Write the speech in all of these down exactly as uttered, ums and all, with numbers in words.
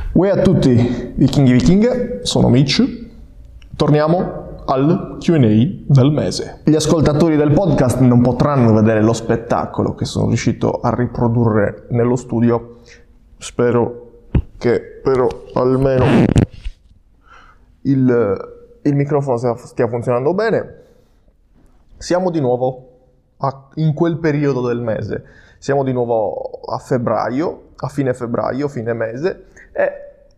Uè a tutti, vichinghi vichinghe, sono Mitch. Torniamo al Q and A del mese. Gli ascoltatori del podcast non potranno vedere lo spettacolo che sono riuscito a riprodurre nello studio. Spero che però almeno il, il microfono stia funzionando bene. Siamo di nuovo a, in quel periodo del mese. Siamo di nuovo a febbraio, a fine febbraio, fine mese, e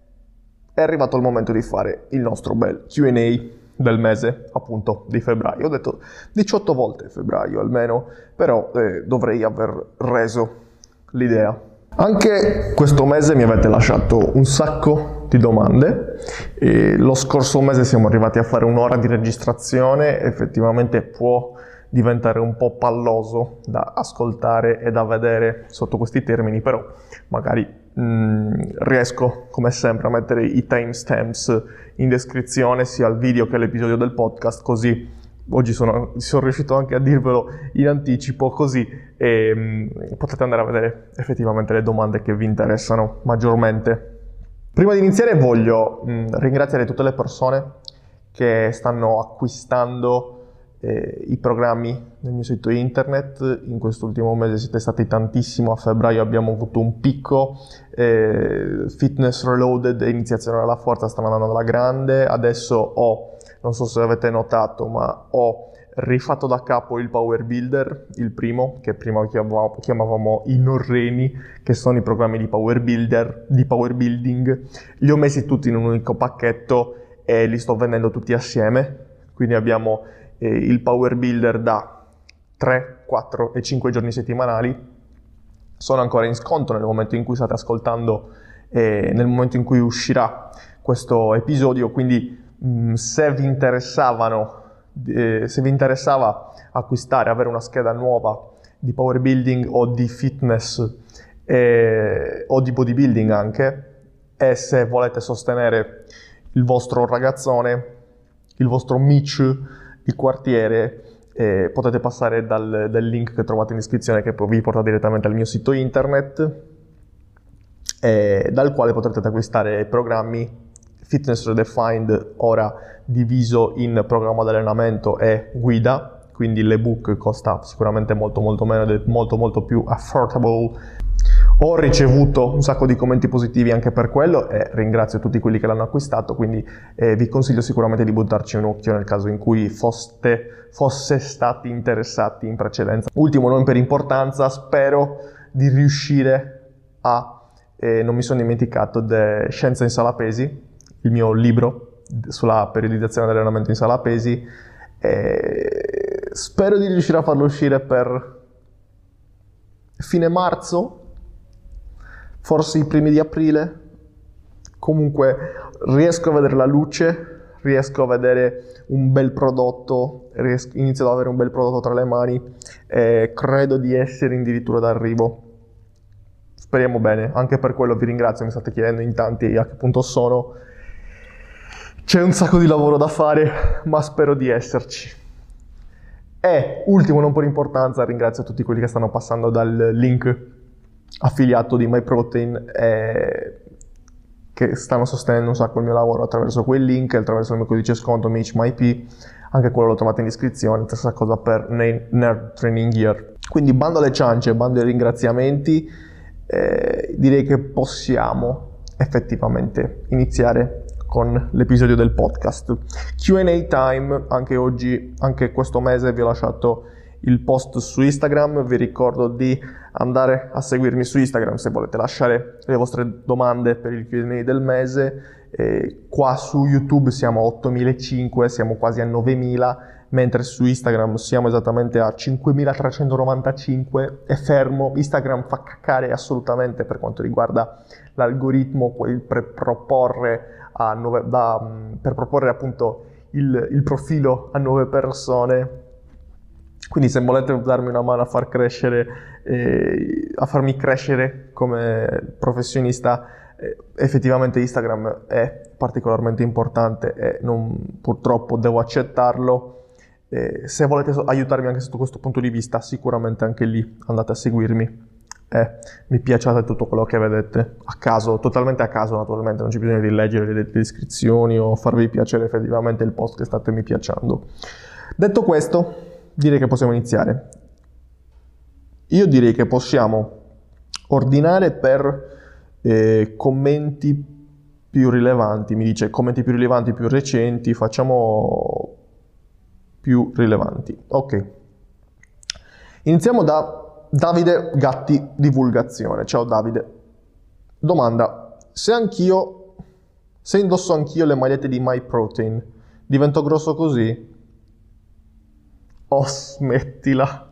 è arrivato il momento di fare il nostro bel Q and A del mese, appunto, di febbraio. Ho detto diciotto volte febbraio almeno, però eh, dovrei aver reso l'idea. Anche questo mese mi avete lasciato un sacco di domande. E lo scorso mese siamo arrivati a fare un'ora di registrazione, effettivamente può diventare un po' palloso da ascoltare e da vedere sotto questi termini, però magari mh, riesco come sempre a mettere i timestamps in descrizione sia al video che all'episodio del podcast, così oggi sono, sono riuscito anche a dirvelo in anticipo, così e, mh, potete andare a vedere effettivamente le domande che vi interessano maggiormente. Prima di iniziare voglio mh, ringraziare tutte le persone che stanno acquistando Eh, i programmi nel mio sito internet. In quest'ultimo mese siete stati tantissimo, a febbraio abbiamo avuto un picco, eh, Fitness Reloaded e Iniziazione alla Forza stanno andando alla grande. Adesso ho, non so se avete notato, ma ho rifatto da capo il Power Builder, il primo, che prima chiamavamo, chiamavamo i Norreni, che sono i programmi di Power Builder, di Power Building. Li ho messi tutti in un unico pacchetto e li sto vendendo tutti assieme, quindi abbiamo il Power Builder da tre, quattro e cinque giorni settimanali. Sono ancora in sconto nel momento in cui state ascoltando e nel momento in cui uscirà questo episodio, quindi mh, se vi interessavano eh, se vi interessava acquistare, avere una scheda nuova di Power Building o di fitness eh, o di bodybuilding anche, e se volete sostenere il vostro ragazzone, il vostro Mitch il quartiere, eh, potete passare dal, dal link che trovate in descrizione, che poi vi porta direttamente al mio sito internet, eh, dal quale potrete acquistare programmi Fitness Redefined, ora diviso in programma di allenamento e guida, quindi l'ebook costa sicuramente molto molto meno ed è molto molto più affordable. Ho ricevuto un sacco di commenti positivi anche per quello e ringrazio tutti quelli che l'hanno acquistato, quindi eh, vi consiglio sicuramente di buttarci un occhio nel caso in cui foste, fosse stati interessati in precedenza. Ultimo, non per importanza, spero di riuscire a, eh, non mi sono dimenticato, de Scienza in Sala Pesi, il mio libro sulla periodizzazione dell'allenamento in sala pesi, e spero di riuscire a farlo uscire per fine marzo, forse i primi di aprile. Comunque riesco a vedere la luce, riesco a vedere un bel prodotto, riesco, inizio ad avere un bel prodotto tra le mani e credo di essere addirittura d'arrivo. Speriamo bene, anche per quello vi ringrazio, mi state chiedendo in tanti a che punto sono. C'è un sacco di lavoro da fare, ma spero di esserci. E ultimo, non per importanza, ringrazio tutti quelli che stanno passando dal link affiliato di MyProtein e che stanno sostenendo un sacco il mio lavoro attraverso quel link, attraverso il mio codice sconto MitchMyP, anche quello lo trovate in descrizione, stessa cosa per Nerd Training Gear. Quindi bando alle ciance, bando ai ringraziamenti, eh, direi che possiamo effettivamente iniziare con l'episodio del podcast. Q and A time, anche oggi, anche questo mese vi ho lasciato il post su Instagram, vi ricordo di andare a seguirmi su Instagram se volete lasciare le vostre domande per il Q and A del mese. E qua su YouTube siamo a ottomilacinquecento, siamo quasi a novemila, mentre su Instagram siamo esattamente a cinquemilatrecentonovantacinque, è fermo. Instagram fa caccare assolutamente per quanto riguarda l'algoritmo per proporre, a nuove, da, per proporre appunto il, il profilo a nuove persone. Quindi se volete darmi una mano a far crescere, eh, a farmi crescere come professionista, eh, effettivamente Instagram è particolarmente importante e non, purtroppo devo accettarlo. Eh, se volete aiutarmi anche sotto questo punto di vista, sicuramente anche lì andate a seguirmi. Eh, mi piaciate tutto quello che vedete, a caso, totalmente a caso naturalmente, non c'è bisogno di leggere le, le descrizioni o farvi piacere effettivamente il post che state mi piacendo. Detto questo, direi che possiamo iniziare. Io direi che possiamo ordinare per eh, commenti più rilevanti, mi dice commenti più rilevanti, più recenti, facciamo più rilevanti. Ok. Iniziamo da Davide Gatti Divulgazione. Ciao Davide. Domanda: se anch'io, se indosso anch'io le magliette di MyProtein, divento grosso così? Oh, smettila.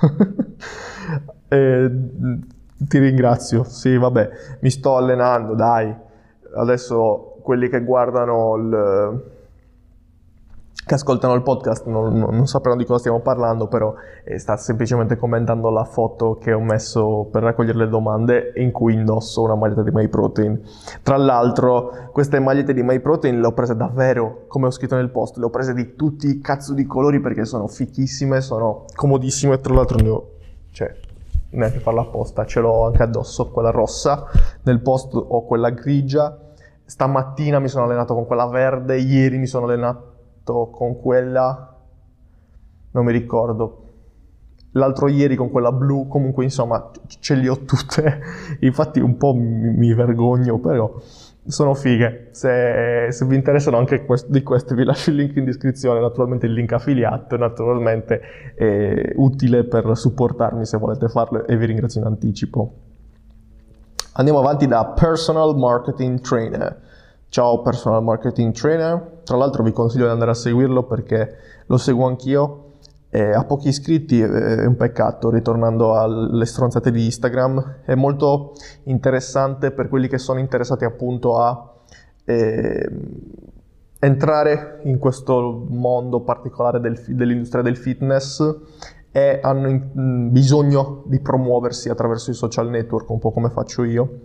eh, ti ringrazio. Sì, vabbè, mi sto allenando, dai. Adesso quelli che guardano il... che ascoltano il podcast non, non, non sapranno di cosa stiamo parlando, però eh, sta semplicemente commentando la foto che ho messo per raccogliere le domande in cui indosso una maglietta di MyProtein. Tra l'altro queste magliette di MyProtein le ho prese davvero, come ho scritto nel post, le ho prese di tutti i cazzo di colori perché sono fichissime, sono comodissime, tra l'altro ne ho, cioè neanche farla apposta, ce l'ho anche addosso, quella rossa, nel post ho quella grigia, stamattina mi sono allenato con quella verde, ieri mi sono allenato con quella, non mi ricordo, l'altro ieri con quella blu, comunque insomma ce le ho tutte, infatti un po' mi, mi vergogno, però sono fighe. Se, se vi interessano anche quest- di queste vi lascio il link in descrizione, naturalmente il link affiliato, naturalmente è utile per supportarmi se volete farlo e vi ringrazio in anticipo. Andiamo avanti da Personal Marketing Trainer. Ciao Personal Marketing Trainer, tra l'altro vi consiglio di andare a seguirlo perché lo seguo anch'io, eh, ha pochi iscritti, eh, è un peccato, ritornando alle stronzate di Instagram, è molto interessante per quelli che sono interessati appunto a eh, entrare in questo mondo particolare del, dell'industria del fitness e hanno in, bisogno di promuoversi attraverso i social network, un po' come faccio io.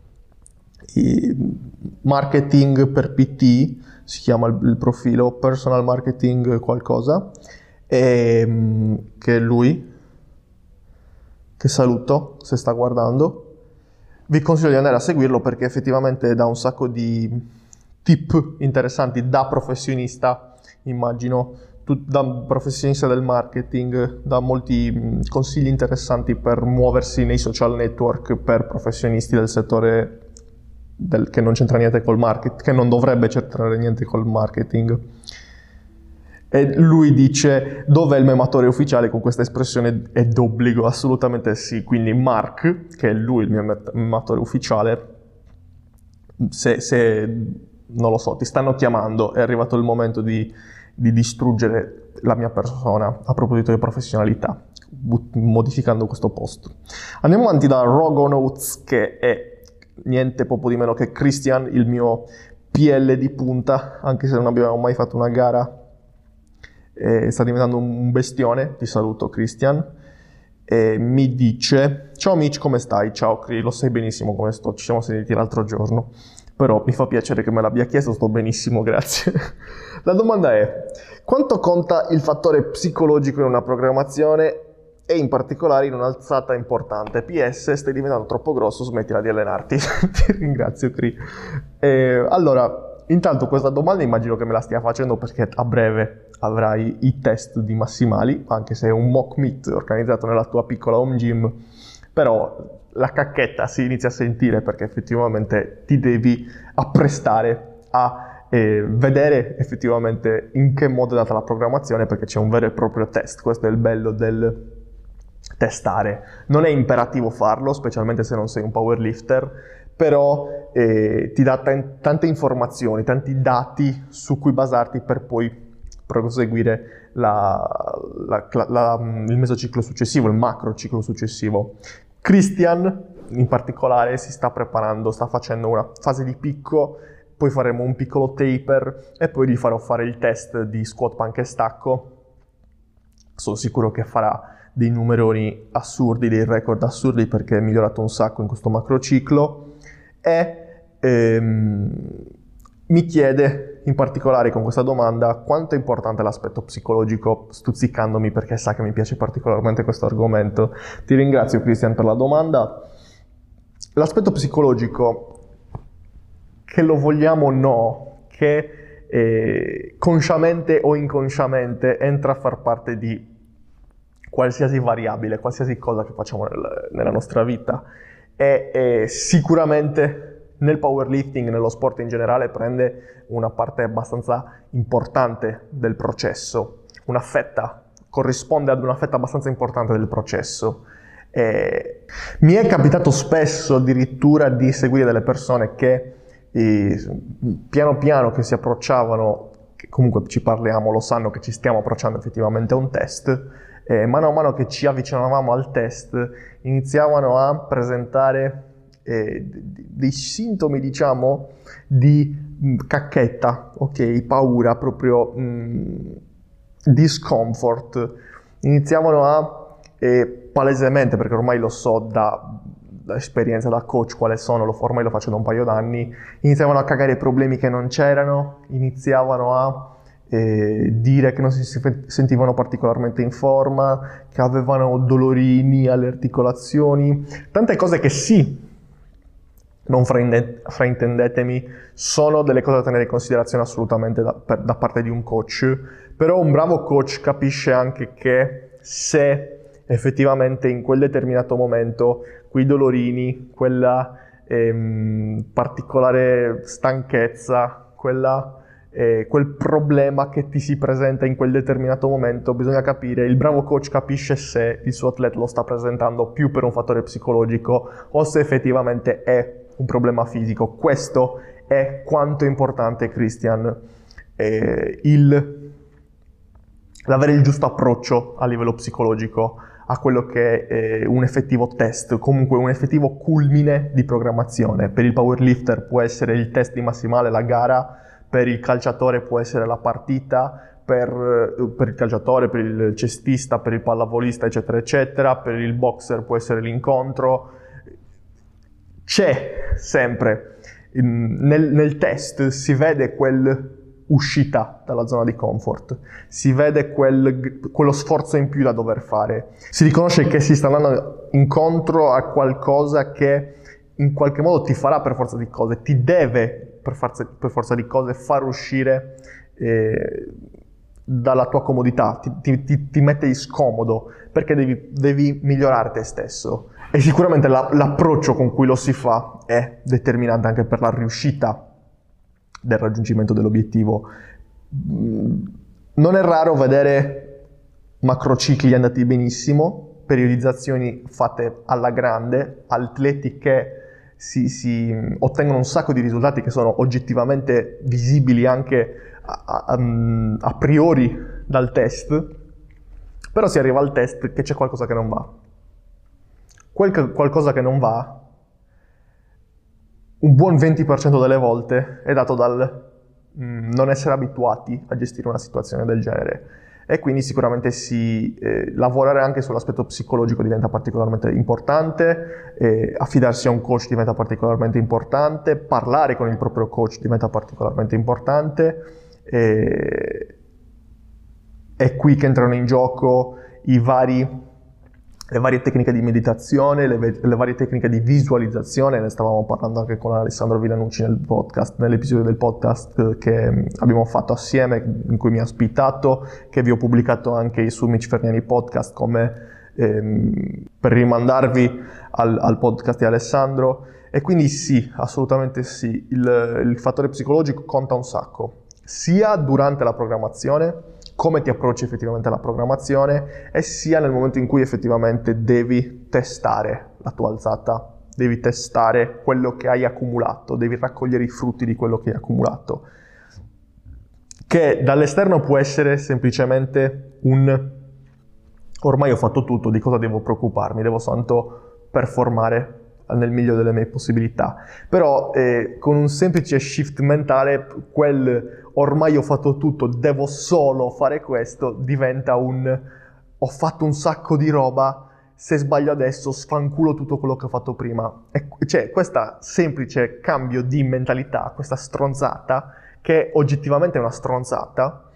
Marketing per P T si chiama il, il profilo, Personal Marketing qualcosa, e che è lui, che saluto se sta guardando. Vi consiglio di andare a seguirlo perché effettivamente dà un sacco di tip interessanti da professionista, immagino, da professionista del marketing, dà molti consigli interessanti per muoversi nei social network per professionisti del settore Del, che non c'entra niente col marketing, che non dovrebbe c'entrare niente col marketing. E lui dice: dov'è il mematore ufficiale? Con questa espressione è d'obbligo, assolutamente sì. Quindi Mark, che è lui il mio mematore ufficiale, se, se non lo so, ti stanno chiamando, è arrivato il momento di, di distruggere la mia persona a proposito di professionalità, modificando questo post. Andiamo avanti da Rogonotes, che è niente poco di meno che Christian, il mio P L di punta, anche se non abbiamo mai fatto una gara, eh, sta diventando un bestione. Ti saluto Christian, e mi dice: ciao Mitch, come stai? Ciao Cri, lo sai benissimo come sto, ci siamo sentiti l'altro giorno, però mi fa piacere che me l'abbia chiesto, sto benissimo, grazie. La domanda è: quanto conta il fattore psicologico in una programmazione e in particolare in un'alzata importante? P S, stai diventando troppo grosso, smettila di allenarti. Ti ringrazio Cri. Eh, allora, intanto questa domanda immagino che me la stia facendo perché a breve avrai i test di massimali, anche se è un mock meet organizzato nella tua piccola home gym, però la cacchetta si inizia a sentire perché effettivamente ti devi apprestare a eh, vedere effettivamente in che modo è data la programmazione, perché c'è un vero e proprio test. Questo è il bello del testare. Non è imperativo farlo, specialmente se non sei un powerlifter, però eh, ti dà t- tante informazioni, tanti dati su cui basarti per poi proseguire la, la, la, la, il mesociclo successivo, il macrociclo successivo. Christian in particolare si sta preparando, sta facendo una fase di picco, poi faremo un piccolo taper e poi gli farò fare il test di squat, panca e stacco. Sono sicuro che farà dei numeroni assurdi, dei record assurdi, perché è migliorato un sacco in questo macrociclo. E ehm, mi chiede in particolare con questa domanda quanto è importante l'aspetto psicologico, stuzzicandomi perché sa che mi piace particolarmente questo argomento. Ti ringrazio Christian per la domanda. l'aspetto psicologico, che lo vogliamo o no, che eh, consciamente o inconsciamente entra a far parte di qualsiasi variabile, qualsiasi cosa che facciamo nel, nella nostra vita, e, e sicuramente nel powerlifting, nello sport in generale, prende una parte abbastanza importante del processo, una fetta, corrisponde ad una fetta abbastanza importante del processo. E mi è capitato spesso addirittura di seguire delle persone che eh, piano piano che si approcciavano, che comunque ci parliamo, lo sanno che ci stiamo approcciando effettivamente a un test, e mano a mano che ci avvicinavamo al test iniziavano a presentare eh, dei sintomi, diciamo, di mh, cacchetta, ok, paura, proprio mh, discomfort. Iniziavano a eh, palesemente, perché ormai lo so da, da esperienza da coach quale sono, lo, ormai lo faccio da un paio d'anni, iniziavano a cagare problemi che non c'erano, iniziavano a eh, dire che non si sentivano particolarmente in forma, che avevano dolorini alle articolazioni, tante cose che sì, non frainde- fraintendetemi, sono delle cose da tenere in considerazione assolutamente da, per, da parte di un coach, però un bravo coach capisce anche che se effettivamente in quel determinato momento quei dolorini, quella ehm, particolare stanchezza, quella, eh, quel problema che ti si presenta in quel determinato momento, bisogna capire, il bravo coach capisce se il suo atleta lo sta presentando più per un fattore psicologico o se effettivamente è un problema fisico. Questo è quanto è importante, Christian, eh, il, l'avere il giusto approccio a livello psicologico a quello che è un effettivo test, comunque un effettivo culmine di programmazione. Per il powerlifter può essere il test di massimale, la gara, per il calciatore può essere la partita, per, per il calciatore, per il cestista, per il pallavolista, eccetera, eccetera, per il boxer può essere l'incontro. C'è sempre, nel, nel test si vede quel uscita dalla zona di comfort, si vede quel, quello sforzo in più da dover fare, si riconosce che si sta andando incontro a qualcosa che in qualche modo ti farà per forza di cose, ti deve per forza, per forza di cose far uscire eh, dalla tua comodità, ti, ti, ti, ti mette di scomodo perché devi, devi migliorare te stesso. E sicuramente la, l'approccio con cui lo si fa è determinante anche per la riuscita del raggiungimento dell'obiettivo. Non è raro vedere macrocicli andati benissimo, periodizzazioni fatte alla grande, atleti che si, si ottengono un sacco di risultati che sono oggettivamente visibili anche a, a, a priori dal test, però si arriva al test che c'è qualcosa che non va. Quel qualcosa che non va, un buon venti per cento delle volte è dato dal mh, non essere abituati a gestire una situazione del genere, e quindi sicuramente si, eh, lavorare anche sull'aspetto psicologico diventa particolarmente importante, eh, affidarsi a un coach diventa particolarmente importante, parlare con il proprio coach diventa particolarmente importante, eh, è qui che entrano in gioco i vari le varie tecniche di meditazione, le, le varie tecniche di visualizzazione. Ne stavamo parlando anche con Alessandro Villanucci nel podcast, nell'episodio del podcast che abbiamo fatto assieme, in cui mi ha ospitato, che vi ho pubblicato anche su Mitch Ferniani Podcast, come ehm, per rimandarvi al, al podcast di Alessandro. E quindi sì, assolutamente sì, il, il fattore psicologico conta un sacco, sia durante la programmazione, come ti approcci effettivamente alla programmazione, e sia nel momento in cui effettivamente devi testare la tua alzata, devi testare quello che hai accumulato, devi raccogliere i frutti di quello che hai accumulato, che dall'esterno può essere semplicemente un ormai ho fatto tutto, di cosa devo preoccuparmi, devo soltanto performare nel migliore delle mie possibilità. Però eh, con un semplice shift mentale, quel ormai ho fatto tutto, devo solo fare questo, diventa un ho fatto un sacco di roba, se sbaglio adesso sfanculo tutto quello che ho fatto prima. E cioè, questo semplice cambio di mentalità, questa stronzata, che oggettivamente è una stronzata,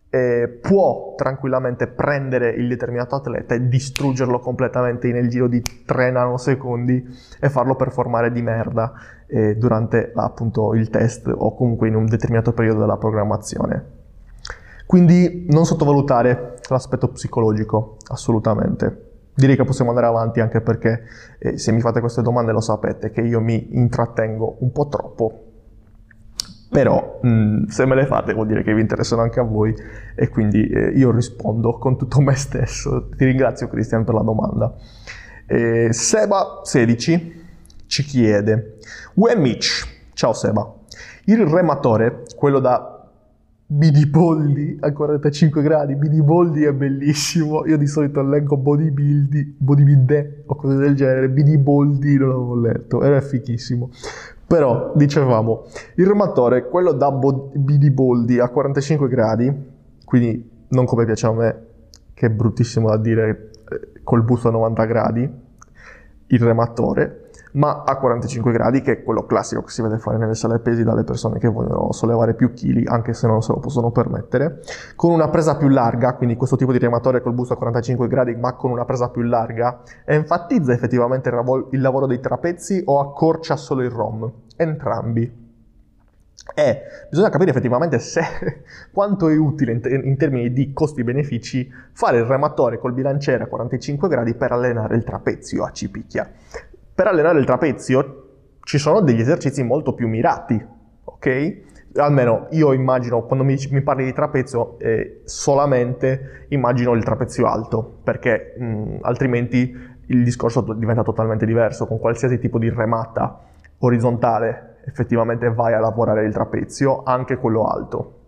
eh, può tranquillamente prendere il determinato atleta e distruggerlo completamente nel giro di tre nanosecondi e farlo performare di merda eh, durante appunto il test o comunque in un determinato periodo della programmazione. Quindi non sottovalutare l'aspetto psicologico, assolutamente. Direi che possiamo andare avanti anche perché eh, se mi fate queste domande lo sapete che io mi intrattengo un po' troppo. Però mh, se me le fate vuol dire che vi interessano anche a voi e quindi eh, io rispondo con tutto me stesso. Ti ringrazio Christian per la domanda. Eh, Seba sedici ci chiede: Uè Mitch, ciao Seba, il rematore, quello da Bidipoldi a quarantacinque gradi, Bidipoldi è bellissimo, io di solito leggo bodybuildi, bodybuilde o cose del genere, Bidipoldi non l'avevo letto, era fichissimo. Però, dicevamo, il rematore, quello da Bidipoldi a quarantacinque gradi, quindi non come piace a me, che è bruttissimo da dire, col busto a novanta gradi, il rematore, ma a quarantacinque gradi, che è quello classico che si vede fare nelle sale pesi dalle persone che vogliono sollevare più chili, anche se non se lo possono permettere, con una presa più larga, quindi questo tipo di rematore col busto a quarantacinque gradi, ma con una presa più larga, enfatizza effettivamente il, ravol- il lavoro dei trapezi o accorcia solo il ROM? Entrambi. E bisogna capire effettivamente se quanto è utile in, te- in termini di costi-benefici fare il rematore col bilanciere a quarantacinque gradi per allenare il trapezio a cipicchia. Per allenare il trapezio ci sono degli esercizi molto più mirati, ok? Almeno io immagino, quando mi, mi parli di trapezio, eh, solamente immagino il trapezio alto, perché mh, altrimenti il discorso diventa totalmente diverso. Con qualsiasi tipo di remata orizzontale effettivamente vai a lavorare il trapezio, anche quello alto.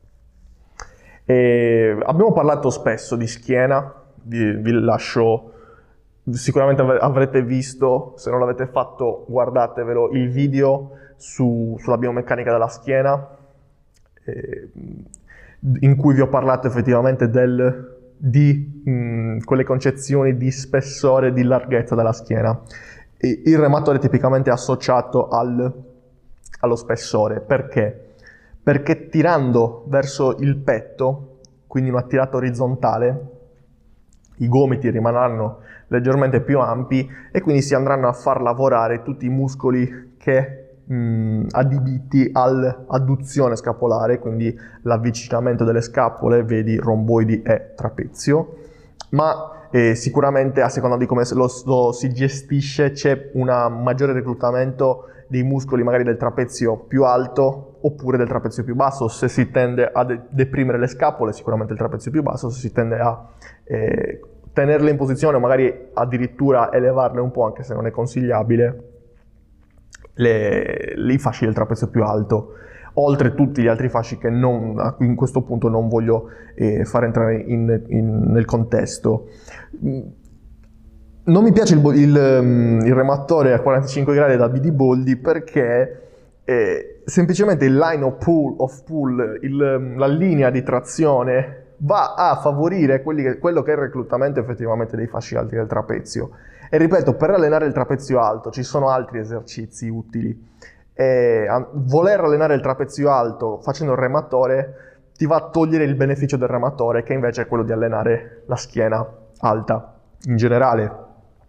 E abbiamo parlato spesso di schiena, vi, vi lascio... Sicuramente avrete visto, se non l'avete fatto guardatevelo, il video su, sulla biomeccanica della schiena, eh, in cui vi ho parlato effettivamente del, di mh, quelle concezioni di spessore e di larghezza della schiena. E il rematore è tipicamente associato al, allo spessore. Perché? Perché tirando verso il petto, quindi una tirata orizzontale, i gomiti rimarranno leggermente più ampi e quindi si andranno a far lavorare tutti i muscoli che mh, adibiti all'adduzione scapolare, quindi l'avvicinamento delle scapole, vedi romboidi e trapezio, ma eh, sicuramente a seconda di come lo, lo si gestisce c'è un maggiore reclutamento dei muscoli magari del trapezio più alto oppure del trapezio più basso. Se si tende a de- deprimere le scapole, sicuramente il trapezio più basso; se si tende a eh, tenerle in posizione o magari addirittura elevarle un po', anche se non è consigliabile, le, i fasci del trapezio più alto, oltre tutti gli altri fasci che non, in questo punto non voglio eh, far entrare in, in, nel contesto. Non mi piace il, il, il rematore a quarantacinque gradi da Bidipoldi perché eh, semplicemente il line of pull, of pull il, la linea di trazione va a favorire quelli che, quello che è il reclutamento effettivamente dei fasci alti del trapezio. E ripeto, per allenare il trapezio alto ci sono altri esercizi utili. E a, voler allenare il trapezio alto facendo il rematore ti va a togliere il beneficio del rematore, che invece è quello di allenare la schiena alta in generale.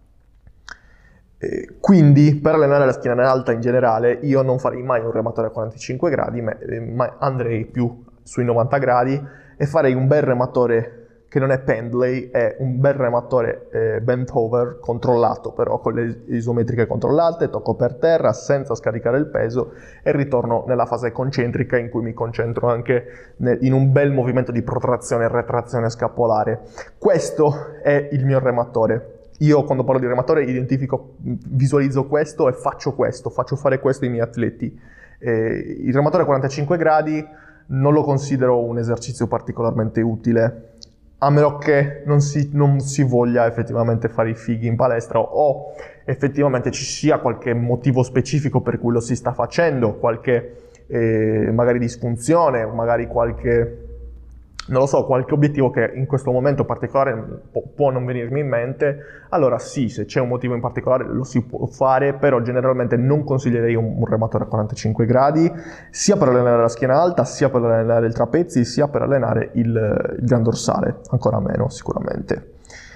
Eh, quindi per allenare la schiena alta in generale io non farei mai un rematore a quarantacinque gradi, ma, ma andrei più sui novanta gradi e farei un bel rematore che non è pendlay, è un bel rematore eh, bent over, controllato però, con le isometriche controllate, tocco per terra senza scaricare il peso e ritorno nella fase concentrica in cui mi concentro anche nel, in un bel movimento di protrazione e retrazione scapolare. Questo è il mio rematore. Io quando parlo di rematore identifico, visualizzo questo e faccio questo, faccio fare questo ai miei atleti. Eh, il rematore a quarantacinque gradi non lo considero un esercizio particolarmente utile, a meno che non si, non si voglia effettivamente fare i fighi in palestra o effettivamente ci sia qualche motivo specifico per cui lo si sta facendo, qualche eh, magari disfunzione, magari qualche non lo so, qualche obiettivo che in questo momento particolare può, può non venirmi in mente, allora sì, se c'è un motivo in particolare lo si può fare, però generalmente non consiglierei un, un rematore a quarantacinque gradi, sia per allenare la schiena alta, sia per allenare il trapezi, sia per allenare il, il gran dorsale, ancora meno sicuramente.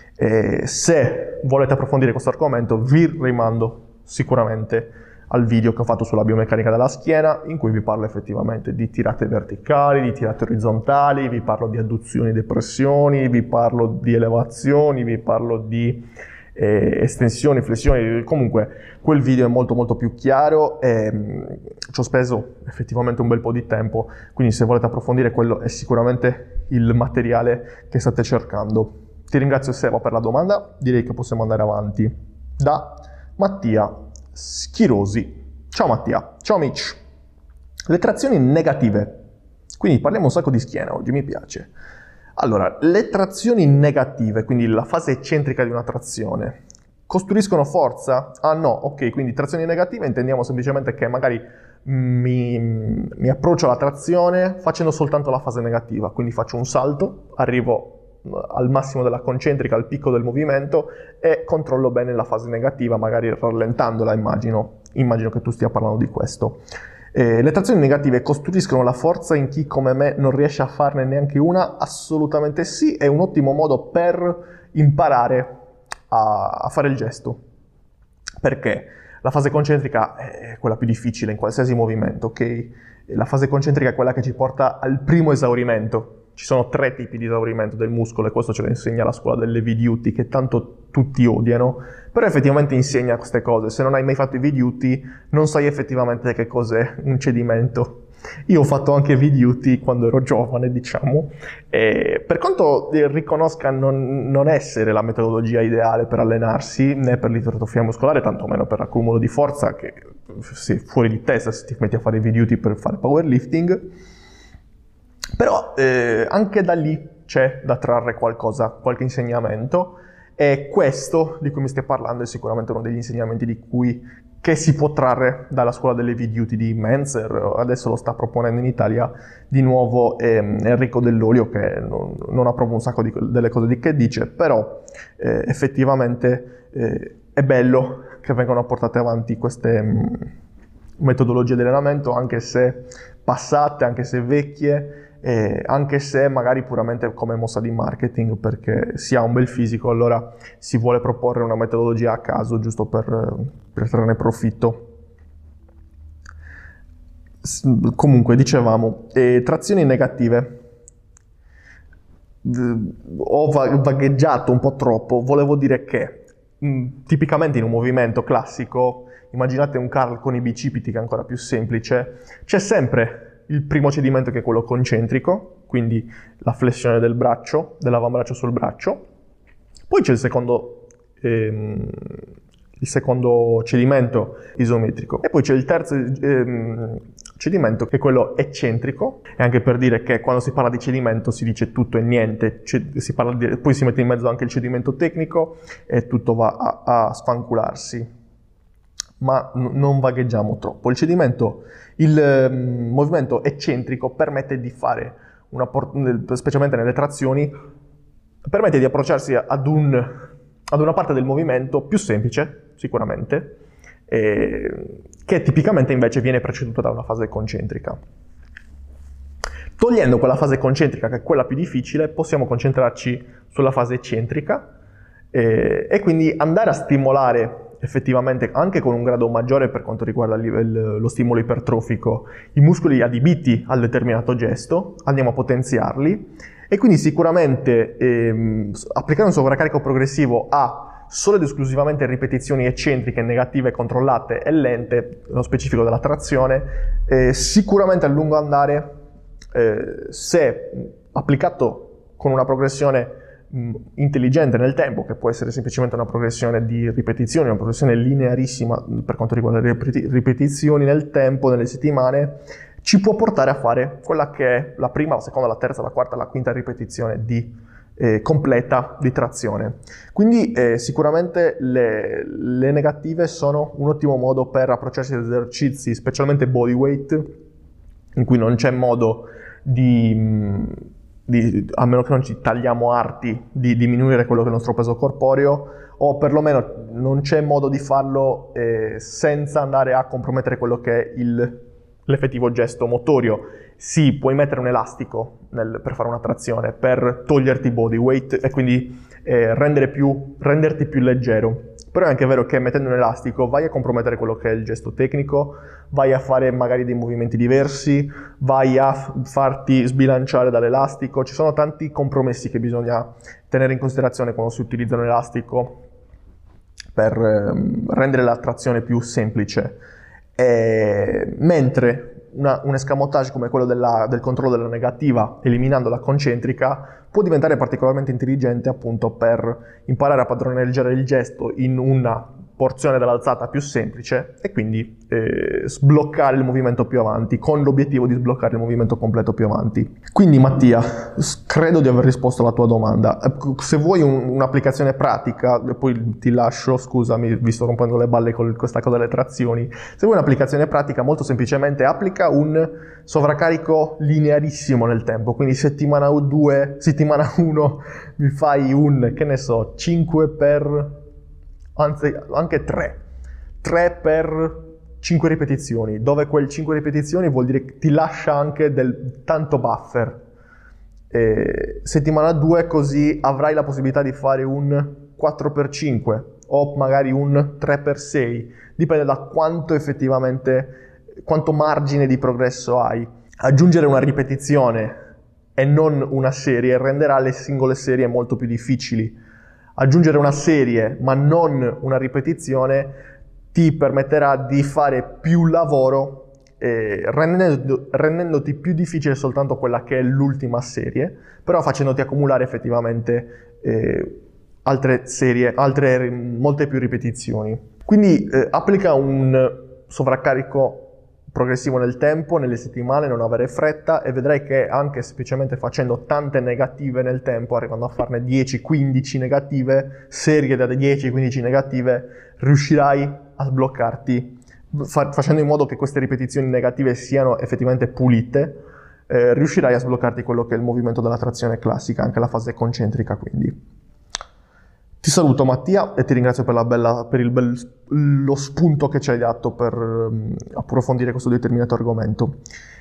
E se volete approfondire questo argomento vi rimando sicuramente al video che ho fatto sulla biomeccanica della schiena, in cui vi parlo effettivamente di tirate verticali, di tirate orizzontali, vi parlo di adduzioni e depressioni, vi parlo di elevazioni, vi parlo di eh, estensioni, flessioni. Comunque quel video è molto molto più chiaro e mh, ci ho speso effettivamente un bel po' di tempo, quindi se volete approfondire quello è sicuramente il materiale che state cercando. Ti ringrazio Seba per la domanda, direi che possiamo andare avanti. Da Mattia Schirosi. Ciao Mattia, ciao Mitch. Le trazioni negative. Quindi parliamo un sacco di schiena oggi, mi piace. Allora, le trazioni negative, quindi la fase eccentrica di una trazione, costruiscono forza? Ah no, ok, quindi trazioni negative intendiamo semplicemente che magari mi, mi approccio alla trazione facendo soltanto la fase negativa, quindi faccio un salto, arrivo al massimo della concentrica, al picco del movimento e controllo bene la fase negativa, magari rallentandola, immagino, immagino che tu stia parlando di questo. Eh, le trazioni negative costruiscono la forza in chi come me non riesce a farne neanche una? Assolutamente sì, è un ottimo modo per imparare a, a fare il gesto. Perché? La fase concentrica è quella più difficile in qualsiasi movimento, ok? La fase concentrica è quella che ci porta al primo esaurimento. Ci sono tre tipi di esaurimento del muscolo e questo ce lo insegna la scuola delle V-Duty che tanto tutti odiano, però effettivamente insegna queste cose. Se non hai mai fatto i V-Duty non sai effettivamente che cos'è un cedimento. Io ho fatto anche V-Duty quando ero giovane, diciamo, e per quanto riconosca non, non essere la metodologia ideale per allenarsi, né per l'ipertrofia muscolare, tantomeno per l'accumulo di forza, che sei fuori di testa se ti metti a fare i V-Duty per fare powerlifting. Però eh, anche da lì c'è da trarre qualcosa, qualche insegnamento, e questo di cui mi stai parlando è sicuramente uno degli insegnamenti di cui, che si può trarre dalla scuola delle V-Duty di Menzer. Adesso lo sta proponendo in Italia di nuovo ehm, Enrico Dell'Olio, che non, non approvo un sacco di, delle cose di che dice, però eh, effettivamente eh, è bello che vengano portate avanti queste mh, metodologie di allenamento, anche se passate, anche se vecchie, e anche se magari puramente come mossa di marketing, perché si ha un bel fisico, allora si vuole proporre una metodologia a caso giusto per, per trarne profitto. Comunque, dicevamo, eh, trazioni negative. Ho vagheggiato un po' troppo, volevo dire che mh, tipicamente in un movimento classico, immaginate un curl con i bicipiti, che è ancora più semplice, c'è sempre il primo cedimento che è quello concentrico, quindi la flessione del braccio, dell'avambraccio sul braccio. Poi c'è il secondo, ehm, il secondo cedimento isometrico. E poi c'è il terzo ehm, cedimento che è quello eccentrico. E anche per dire che quando si parla di cedimento si dice tutto e niente. C- si parla di, poi si mette in mezzo anche il cedimento tecnico e tutto va a, a sfancularsi. Ma n- non vagheggiamo troppo. Il cedimento, il um, movimento eccentrico permette di fare, una por- specialmente nelle trazioni, permette di approcciarsi ad, un, ad una parte del movimento più semplice, sicuramente, eh, che tipicamente invece viene preceduta da una fase concentrica. Togliendo quella fase concentrica, che è quella più difficile, possiamo concentrarci sulla fase eccentrica eh, e quindi andare a stimolare effettivamente anche con un grado maggiore per quanto riguarda il, il, lo stimolo ipertrofico, i muscoli adibiti al determinato gesto, andiamo a potenziarli e quindi sicuramente ehm, applicare un sovraccarico progressivo a solo ed esclusivamente ripetizioni eccentriche, negative, controllate e lente, nello specifico della trazione, eh, sicuramente a lungo andare, eh, se applicato con una progressione intelligente nel tempo, che può essere semplicemente una progressione di ripetizioni, una progressione linearissima per quanto riguarda le ripetizioni nel tempo, nelle settimane, ci può portare a fare quella che è la prima, la seconda, la terza, la quarta, la quinta ripetizione di eh, completa di trazione. Quindi eh, sicuramente le, le negative sono un ottimo modo per approcciarsi ad esercizi, specialmente bodyweight, in cui non c'è modo di di, a meno che non ci tagliamo arti, di diminuire quello che è il nostro peso corporeo, o perlomeno non c'è modo di farlo eh, senza andare a compromettere quello che è il, l'effettivo gesto motorio. Sì, puoi mettere un elastico nel, per fare una trazione, per toglierti body weight e quindi eh, rendere più, renderti più leggero. Però è anche vero che mettendo un elastico vai a compromettere quello che è il gesto tecnico, vai a fare magari dei movimenti diversi, vai a farti sbilanciare dall'elastico. Ci sono tanti compromessi che bisogna tenere in considerazione quando si utilizza un elastico per ehm, rendere la trazione più semplice. E, mentre una, un escamotage come quello della, del controllo della negativa, eliminando la concentrica, può diventare particolarmente intelligente appunto per imparare a padroneggiare il gesto in una porzione dell'alzata più semplice e quindi eh, sbloccare il movimento più avanti, con l'obiettivo di sbloccare il movimento completo più avanti. Quindi Mattia, credo di aver risposto alla tua domanda. Se vuoi un, un'applicazione pratica, e poi ti lascio, scusami, vi sto rompendo le balle con questa cosa delle trazioni, se vuoi un'applicazione pratica, molto semplicemente applica un sovraccarico linearissimo nel tempo, quindi settimana due, settimana uno mi fai un, che ne so, cinque per... anzi anche tre, tre per cinque ripetizioni, dove quel cinque ripetizioni vuol dire che ti lascia anche del tanto buffer. E settimana due così avrai la possibilità di fare un quattro per cinque o magari un tre per sei, dipende da quanto effettivamente, quanto margine di progresso hai. Aggiungere una ripetizione e non una serie renderà le singole serie molto più difficili. Aggiungere una serie ma non una ripetizione ti permetterà di fare più lavoro eh, rendendo, rendendoti più difficile soltanto quella che è l'ultima serie, però facendoti accumulare effettivamente eh, altre serie, altre molte più ripetizioni. Quindi eh, applica un sovraccarico progressivo nel tempo, nelle settimane, non avere fretta, e vedrai che anche semplicemente facendo tante negative nel tempo, arrivando a farne dieci quindici negative, serie da dieci quindici negative, riuscirai a sbloccarti, fa- facendo in modo che queste ripetizioni negative siano effettivamente pulite, eh, riuscirai a sbloccarti quello che è il movimento della trazione classica, anche la fase concentrica quindi. Ti saluto Mattia e ti ringrazio per, la bella, per il bel, lo spunto che ci hai dato per um, approfondire questo determinato argomento.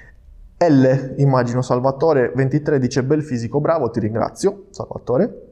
L, immagino Salvatore ventitré dice bel fisico, bravo, ti ringrazio Salvatore.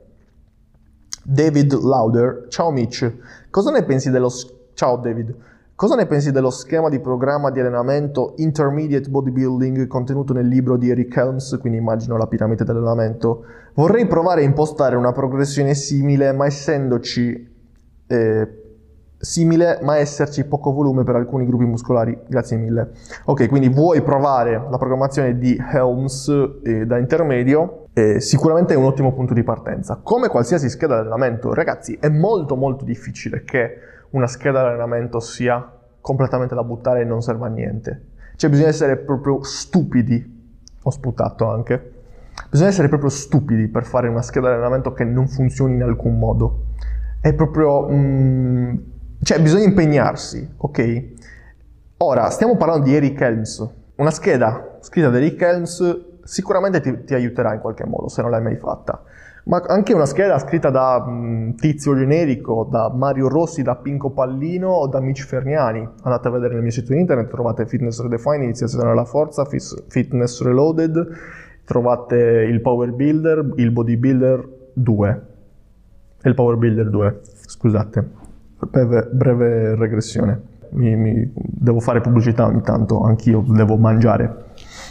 David Lauder, ciao Mitch, cosa ne pensi dello... Ciao David, cosa ne pensi dello schema di programma di allenamento Intermediate Bodybuilding contenuto nel libro di Eric Helms, quindi immagino la piramide dell'allenamento? Vorrei provare a impostare una progressione simile, ma essendoci eh, simile, ma esserci poco volume per alcuni gruppi muscolari. Grazie mille. Ok, quindi vuoi provare la programmazione di Helms eh, da intermedio? Eh, sicuramente è un ottimo punto di partenza. Come qualsiasi scheda di allenamento, ragazzi, è molto molto difficile che una scheda di allenamento sia completamente da buttare e non serva a niente. Cioè bisogna essere proprio stupidi. Ho sputato anche. Bisogna essere proprio stupidi per fare una scheda di allenamento che non funzioni in alcun modo. È proprio... Mm, cioè bisogna impegnarsi, ok? Ora, stiamo parlando di Eric Helms. Una scheda scritta da Eric Helms sicuramente ti, ti aiuterà in qualche modo, se non l'hai mai fatta. Ma anche una scheda scritta da um, Tizio Generico, da Mario Rossi, da Pinco Pallino o da Mitch Ferniani. Andate a vedere nel mio sito internet, trovate Fitness Redefined, Iniziazione alla Forza, Fitness Reloaded, trovate il Power Builder, il Bodybuilder due e il Power Builder due, scusate, breve, breve regressione, mi, mi, devo fare pubblicità ogni tanto, anch'io devo mangiare.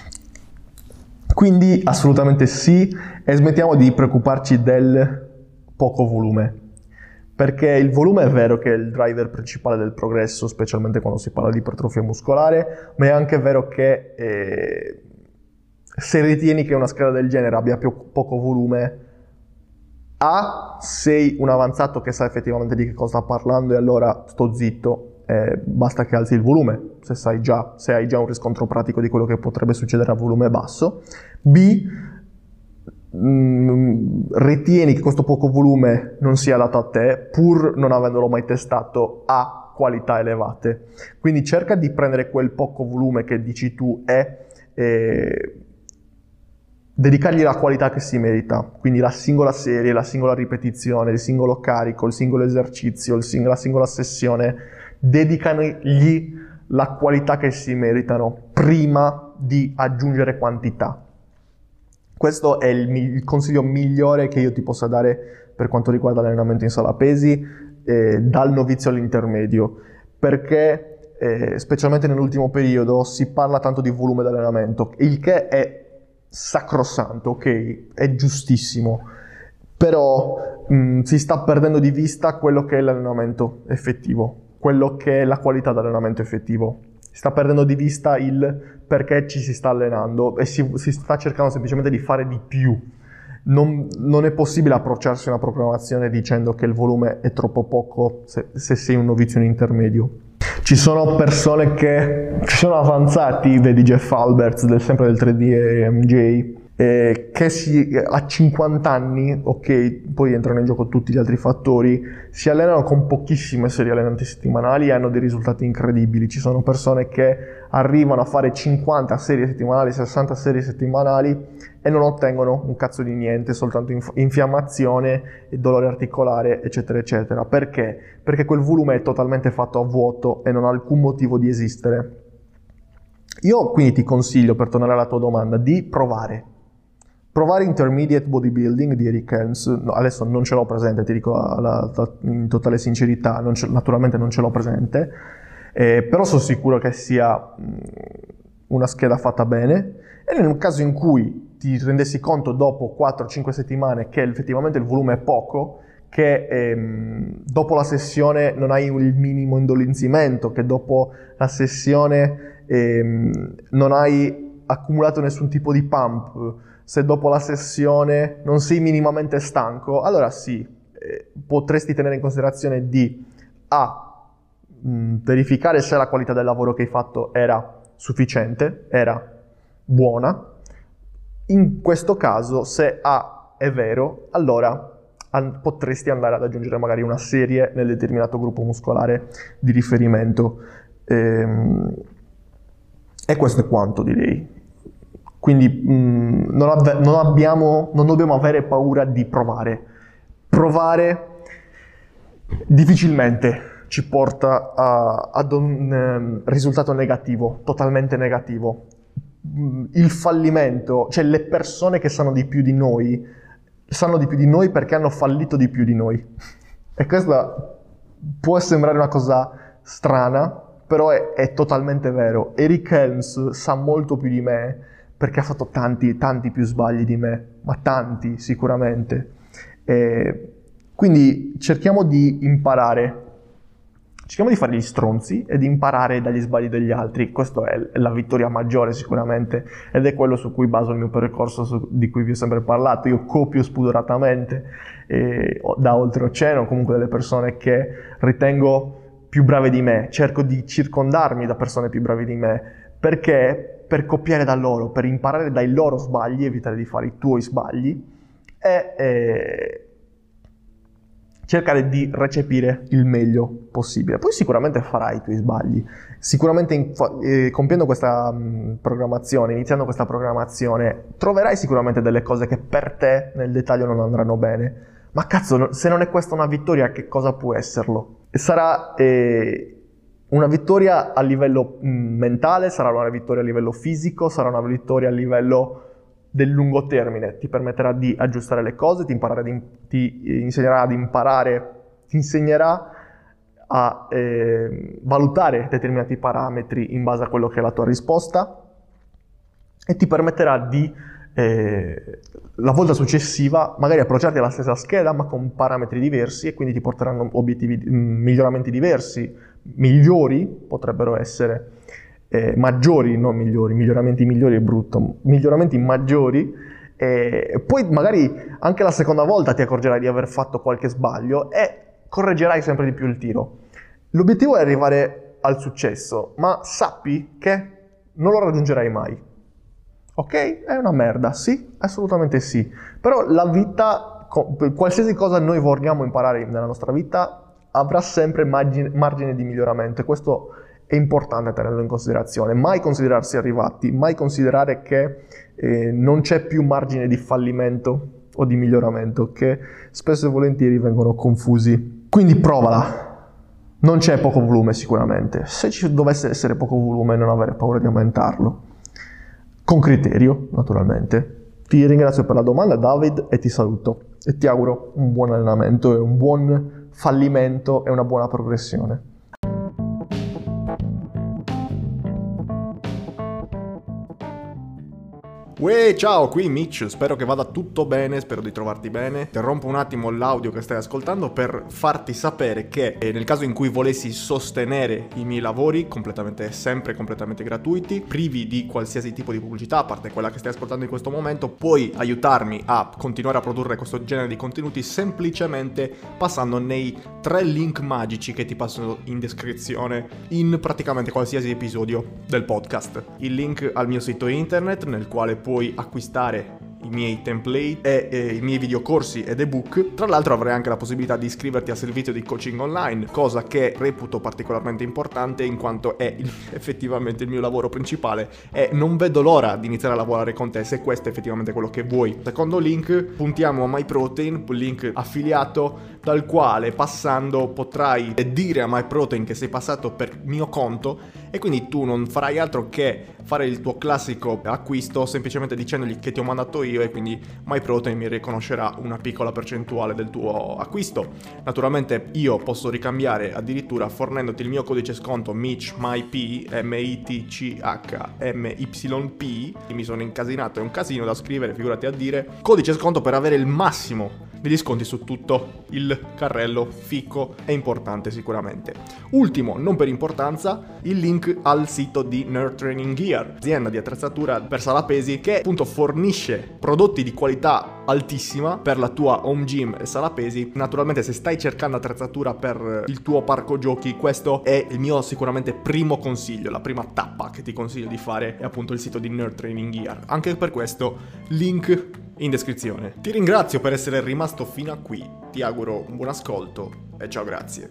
Quindi assolutamente sì, e smettiamo di preoccuparci del poco volume, perché il volume è vero che è il driver principale del progresso, specialmente quando si parla di ipertrofia muscolare, ma è anche vero che eh, se ritieni che una scheda del genere abbia più, poco volume, A, sei un avanzato che sa effettivamente di che cosa sta parlando e allora sto zitto, eh, basta che alzi il volume, se sai già, se hai già un riscontro pratico di quello che potrebbe succedere a volume basso. B, mh, ritieni che questo poco volume non sia adatto a te, pur non avendolo mai testato a qualità elevate. Quindi cerca di prendere quel poco volume che dici tu è... Eh, dedicargli la qualità che si merita, quindi la singola serie, la singola ripetizione, il singolo carico, il singolo esercizio, il sing- la singola sessione, dedicagli la qualità che si meritano prima di aggiungere quantità. Questo è il, il consiglio migliore che io ti possa dare per quanto riguarda l'allenamento in sala pesi, eh, dal novizio all'intermedio, perché eh, specialmente nell'ultimo periodo si parla tanto di volume d'allenamento, il che è sacrosanto, ok, è giustissimo, però mh, si sta perdendo di vista quello che è l'allenamento effettivo, quello che è la qualità dell'allenamento effettivo. Si sta perdendo di vista il perché ci si sta allenando e si, si sta cercando semplicemente di fare di più. Non, non è possibile approcciarsi a una programmazione dicendo che il volume è troppo poco se, se sei un novizio in intermedio. Ci sono persone che ci sono avanzati, vedi Jeff Alberts, del, sempre del tre D M J, eh, che si, a cinquanta anni, ok, poi entrano in gioco tutti gli altri fattori, si allenano con pochissime serie allenanti settimanali e hanno dei risultati incredibili. Ci sono persone che arrivano a fare cinquanta serie settimanali, sessanta serie settimanali e non ottengono un cazzo di niente, soltanto inf- infiammazione, dolore articolare, eccetera, eccetera. Perché? Perché quel volume è totalmente fatto a vuoto e non ha alcun motivo di esistere. Io quindi ti consiglio, per tornare alla tua domanda, di provare. Provare Intermediate Bodybuilding di Eric Helms. No, adesso non ce l'ho presente, ti dico la, la, la, in totale sincerità, non ce, naturalmente non ce l'ho presente, eh, però sono sicuro che sia mh, una scheda fatta bene, e nel caso in cui ti rendessi conto dopo quattro cinque settimane che effettivamente il volume è poco, che ehm, dopo la sessione non hai il minimo indolenzimento, che dopo la sessione ehm, non hai accumulato nessun tipo di pump, se dopo la sessione non sei minimamente stanco, allora sì, eh, potresti tenere in considerazione di A, mh, verificare se la qualità del lavoro che hai fatto era sufficiente, era buona. In questo caso, se A è vero, allora an- potresti andare ad aggiungere magari una serie nel determinato gruppo muscolare di riferimento. Ehm, e questo è quanto, direi. Quindi mh, non, ave- non, abbiamo, non dobbiamo avere paura di provare. Provare difficilmente ci porta a, ad un um, risultato negativo, totalmente negativo. Il fallimento, cioè le persone che sanno di più di noi, sanno di più di noi perché hanno fallito di più di noi. E questa può sembrare una cosa strana, però è, è totalmente vero. Eric Helms sa molto più di me perché ha fatto tanti, tanti più sbagli di me, ma tanti sicuramente. E quindi cerchiamo di imparare, cerchiamo di fare gli stronzi e di imparare dagli sbagli degli altri. Questa è la vittoria maggiore sicuramente, ed è quello su cui baso il mio percorso, su, di cui vi ho sempre parlato. Io copio spudoratamente eh, da oltreoceano, comunque delle persone che ritengo più brave di me, cerco di circondarmi da persone più brave di me, perché per copiare da loro, per imparare dai loro sbagli, evitare di fare i tuoi sbagli e eh, cercare di recepire il meglio possibile. Poi sicuramente farai i tuoi sbagli, sicuramente in, eh, compiendo questa mh, programmazione, iniziando questa programmazione, troverai sicuramente delle cose che per te nel dettaglio non andranno bene. Ma cazzo, se non è questa una vittoria, che cosa può esserlo? Sarà eh, una vittoria a livello mh, mentale, sarà una vittoria a livello fisico, sarà una vittoria a livello del lungo termine. Ti permetterà di aggiustare le cose, ti, imparare di, ti insegnerà ad imparare, ti insegnerà a eh, valutare determinati parametri in base a quello che è la tua risposta, e ti permetterà di eh, la volta successiva magari approcciarti alla stessa scheda ma con parametri diversi, e quindi ti porteranno obiettivi, mh, miglioramenti diversi, migliori potrebbero essere. Eh, maggiori, non migliori, miglioramenti migliori è brutto, miglioramenti maggiori, e poi magari anche la seconda volta ti accorgerai di aver fatto qualche sbaglio e correggerai sempre di più il tiro. L'obiettivo è arrivare al successo, ma sappi che non lo raggiungerai mai. Ok? È una merda, sì, assolutamente sì, però la vita, qualsiasi cosa noi vogliamo imparare nella nostra vita, avrà sempre margine, margine di miglioramento, e questo è importante tenerlo in considerazione. Mai considerarsi arrivati, mai considerare che eh, non c'è più margine di fallimento o di miglioramento, che spesso e volentieri vengono confusi. Quindi provala. Non c'è poco volume sicuramente. Se ci dovesse essere poco volume, non avere paura di aumentarlo. Con criterio, naturalmente. Ti ringrazio per la domanda, David, e ti saluto. E ti auguro un buon allenamento e un buon fallimento e una buona progressione. Uè, ciao, qui Mitch, spero che vada tutto bene, spero di trovarti bene. Interrompo un attimo l'audio che stai ascoltando per farti sapere che eh, nel caso in cui volessi sostenere i miei lavori, completamente, sempre completamente gratuiti, privi di qualsiasi tipo di pubblicità, a parte quella che stai ascoltando in questo momento, puoi aiutarmi a continuare a produrre questo genere di contenuti semplicemente passando nei tre link magici che ti passano in descrizione in praticamente qualsiasi episodio del podcast. Il link al mio sito internet, nel quale puoi acquistare i miei template e, e i miei videocorsi ed ebook. Tra l'altro avrai anche la possibilità di iscriverti al servizio di coaching online, cosa che reputo particolarmente importante in quanto è il, effettivamente il mio lavoro principale e non vedo l'ora di iniziare a lavorare con te se questo è effettivamente quello che vuoi. Secondo link, puntiamo a MyProtein, link affiliato dal quale passando potrai dire a MyProtein che sei passato per mio conto e quindi tu non farai altro che fare il tuo classico acquisto semplicemente dicendogli che ti ho mandato io e quindi MyProtein mi riconoscerà una piccola percentuale del tuo acquisto. Naturalmente io posso ricambiare addirittura fornendoti il mio codice sconto MitchMyP, M I T C H M Y P. Mi sono incasinato, è un casino da scrivere, figurati a dire. Codice sconto per avere il massimo degli sconti su tutto il carrello ficco, è importante sicuramente. Ultimo, non per importanza, il link al sito di Nerd Training Gear, azienda di attrezzatura per sala pesi che appunto fornisce prodotti di qualità altissima per la tua home gym e sala pesi. Naturalmente se stai cercando attrezzatura per il tuo parco giochi, questo è il mio sicuramente primo consiglio, la prima tappa che ti consiglio di fare è appunto il sito di Nerd Training Gear. Anche per questo link in descrizione. Ti ringrazio per essere rimasto fino a qui, ti auguro un buon ascolto e ciao, grazie.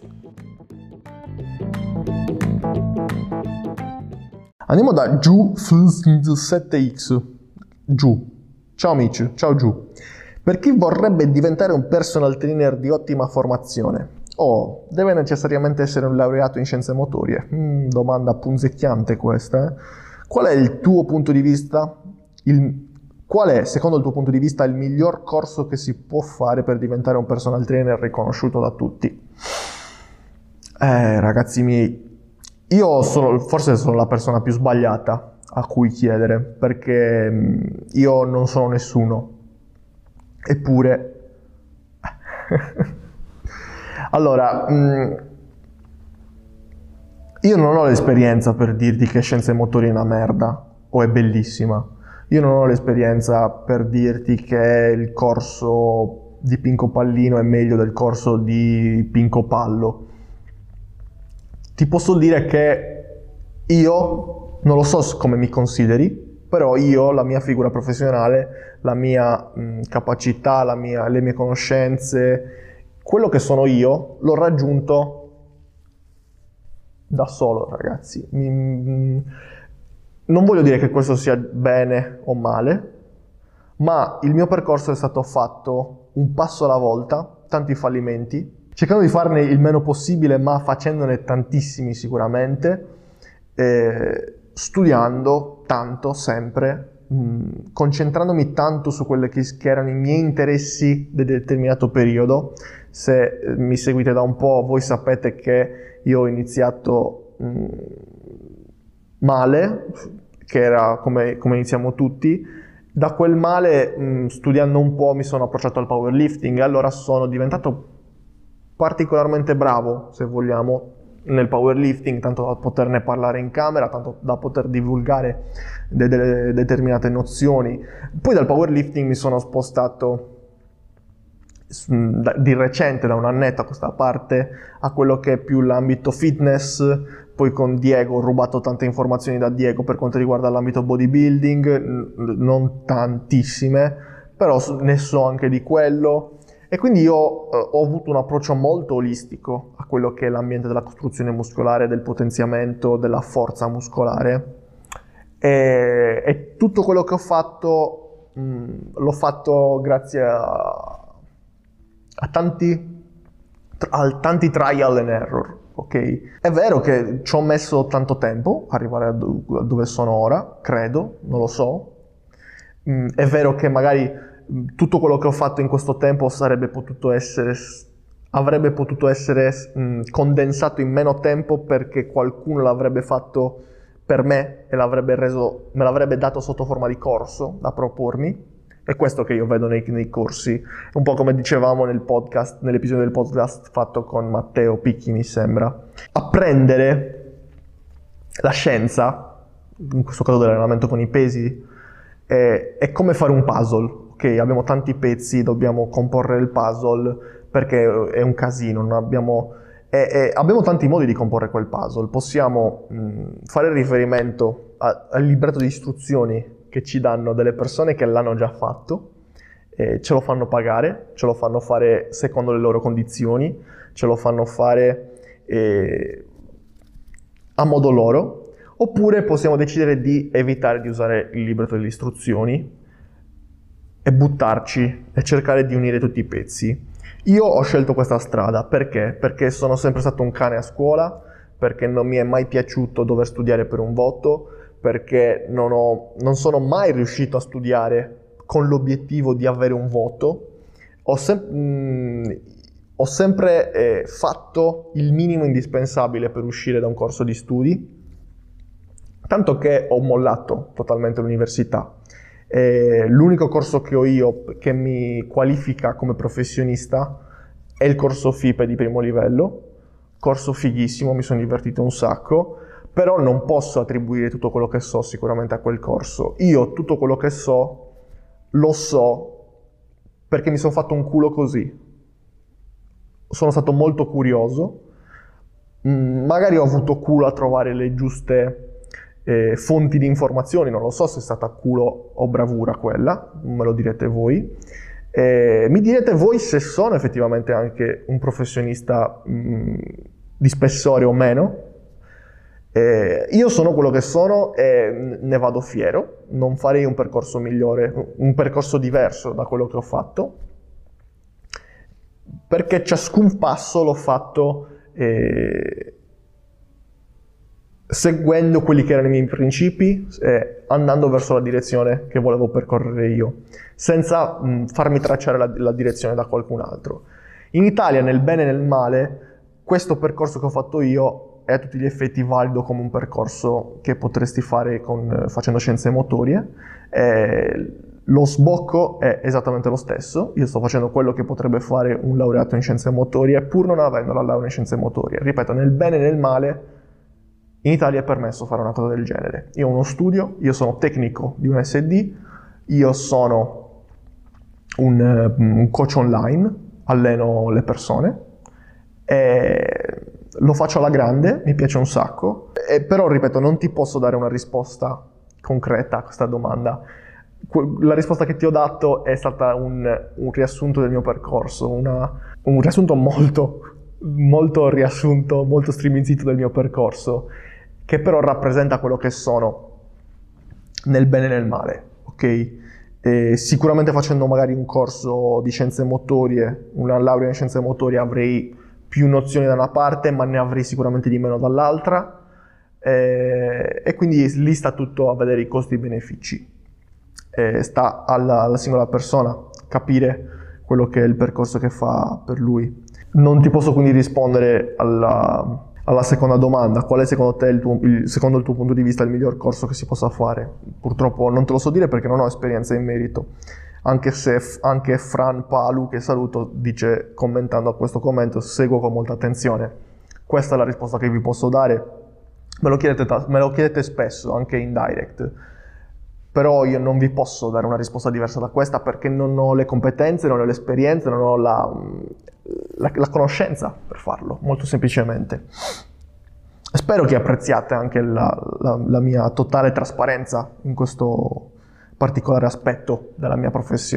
Andiamo da Giu sette X. Giu. Ciao amici, ciao Giu. Per chi vorrebbe diventare un personal trainer di ottima formazione? Oh, deve necessariamente essere un laureato in scienze motorie? Mm, domanda punzecchiante questa, eh? Qual è il tuo punto di vista? Il Qual è, secondo il tuo punto di vista, il miglior corso che si può fare per diventare un personal trainer riconosciuto da tutti? Eh, ragazzi miei, io sono, forse sono la persona più sbagliata a cui chiedere, perché io non sono nessuno. Eppure... allora, io non ho l'esperienza per dirti che scienze motorie è una merda o è bellissima. Io non ho l'esperienza per dirti che il corso di Pinco Pallino è meglio del corso di Pinco Pallo. Ti posso dire che io, non lo so come mi consideri, però io, la mia figura professionale, la mia mh, capacità, la mia, le mie conoscenze, quello che sono io, l'ho raggiunto da solo, ragazzi. Mi, mh, Non voglio dire che questo sia bene o male, ma il mio percorso è stato fatto un passo alla volta, tanti fallimenti, cercando di farne il meno possibile, ma facendone tantissimi sicuramente, eh, studiando tanto, sempre, mh, concentrandomi tanto su quelli che, che erano i miei interessi di determinato periodo. Se eh, mi seguite da un po', voi sapete che io ho iniziato... Mh, male, che era come, come iniziamo tutti. Da quel male, mh, studiando un po', mi sono approcciato al powerlifting e allora sono diventato particolarmente bravo, se vogliamo, nel powerlifting, tanto da poterne parlare in camera, tanto da poter divulgare delle determinate nozioni. Poi dal powerlifting mi sono spostato di recente, da un annetto a questa parte, a quello che è più l'ambito fitness. Poi con Diego ho rubato tante informazioni da Diego per quanto riguarda l'ambito bodybuilding, non tantissime, però ne so anche di quello. E quindi io eh, ho avuto un approccio molto olistico a quello che è l'ambiente della costruzione muscolare, del potenziamento, della forza muscolare. E, e tutto quello che ho fatto mh, l'ho fatto grazie a, a tanti, a tanti trial and error. Ok, è vero che ci ho messo tanto tempo a arrivare a dove sono ora, credo, non lo so. Mm, è vero che magari mm, tutto quello che ho fatto in questo tempo sarebbe potuto essere, avrebbe potuto essere mm, condensato in meno tempo perché qualcuno l'avrebbe fatto per me e l'avrebbe reso, me l'avrebbe dato sotto forma di corso da propormi. È questo che io vedo nei, nei corsi, un po' come dicevamo nel podcast, nell'episodio del podcast fatto con Matteo Picchi, mi sembra. Apprendere la scienza, in questo caso dell'allenamento con i pesi, è, è come fare un puzzle. Ok, abbiamo tanti pezzi, dobbiamo comporre il puzzle perché è un casino, non abbiamo, è, è, abbiamo tanti modi di comporre quel puzzle. Possiamo mh, fare riferimento a, al libretto di istruzioni che ci danno delle persone che l'hanno già fatto, eh, ce lo fanno pagare, ce lo fanno fare secondo le loro condizioni, ce lo fanno fare eh, a modo loro, oppure possiamo decidere di evitare di usare il libretto delle istruzioni e buttarci e cercare di unire tutti i pezzi. Io ho scelto questa strada perché? Perché sono sempre stato un cane a scuola, perché non mi è mai piaciuto dover studiare per un voto, perché non, ho, non sono mai riuscito a studiare con l'obiettivo di avere un voto. Ho, sem- mh, ho sempre eh, fatto il minimo indispensabile per uscire da un corso di studi, tanto che ho mollato totalmente l'università. Eh, l'unico corso che ho io che mi qualifica come professionista è il corso F I P E di primo livello, corso fighissimo, mi sono divertito un sacco. Però non posso attribuire tutto quello che so sicuramente a quel corso. Io tutto quello che so, lo so perché mi sono fatto un culo così. Sono stato molto curioso, mm, magari ho avuto culo a trovare le giuste eh, fonti di informazioni, non lo so se è stata culo o bravura quella, me lo direte voi. Eh, mi direte voi se sono effettivamente anche un professionista mm, di spessore o meno. Eh, io sono quello che sono e ne vado fiero, non farei un percorso migliore, un percorso diverso da quello che ho fatto, perché ciascun passo l'ho fatto eh, seguendo quelli che erano i miei principi, eh, andando verso la direzione che volevo percorrere io, senza mh, farmi tracciare la, la direzione da qualcun altro. In Italia, nel bene e nel male, questo percorso che ho fatto io è a tutti gli effetti valido come un percorso che potresti fare con, facendo scienze motorie. Eh, lo sbocco è esattamente lo stesso. Io sto facendo quello che potrebbe fare un laureato in scienze motorie, pur non avendo la laurea in scienze motorie. Ripeto, nel bene e nel male, in Italia è permesso fare una cosa del genere. Io ho uno studio, io sono tecnico di un S D, io sono un, un coach online, alleno le persone, e lo faccio alla grande, mi piace un sacco, e però ripeto, non ti posso dare una risposta concreta a questa domanda. La risposta che ti ho dato è stata un, un riassunto del mio percorso, una, un riassunto molto, molto riassunto, molto striminzito del mio percorso, che però rappresenta quello che sono nel bene e nel male, ok? E sicuramente facendo magari un corso di scienze motorie, una laurea in scienze motorie, avrei più nozioni da una parte, ma ne avrei sicuramente di meno dall'altra, eh, e quindi lì sta tutto a vedere i costi e i benefici. Eh, sta alla, alla singola persona capire quello che è il percorso che fa per lui. Non ti posso quindi rispondere alla, alla seconda domanda, qual è secondo te il tuo, il, secondo il tuo punto di vista il miglior corso che si possa fare. Purtroppo non te lo so dire perché non ho esperienza in merito. Anche se anche Fran Palu, che saluto, dice commentando a questo commento: seguo con molta attenzione. Questa è la risposta che vi posso dare. Me lo chiedete, me lo chiedete spesso, anche in direct. Però io non vi posso dare una risposta diversa da questa perché non ho le competenze, non ho l'esperienza, non ho la, la, la conoscenza per farlo, molto semplicemente. Spero che apprezziate anche la, la, la mia totale trasparenza in questo particolare aspetto della mia professione.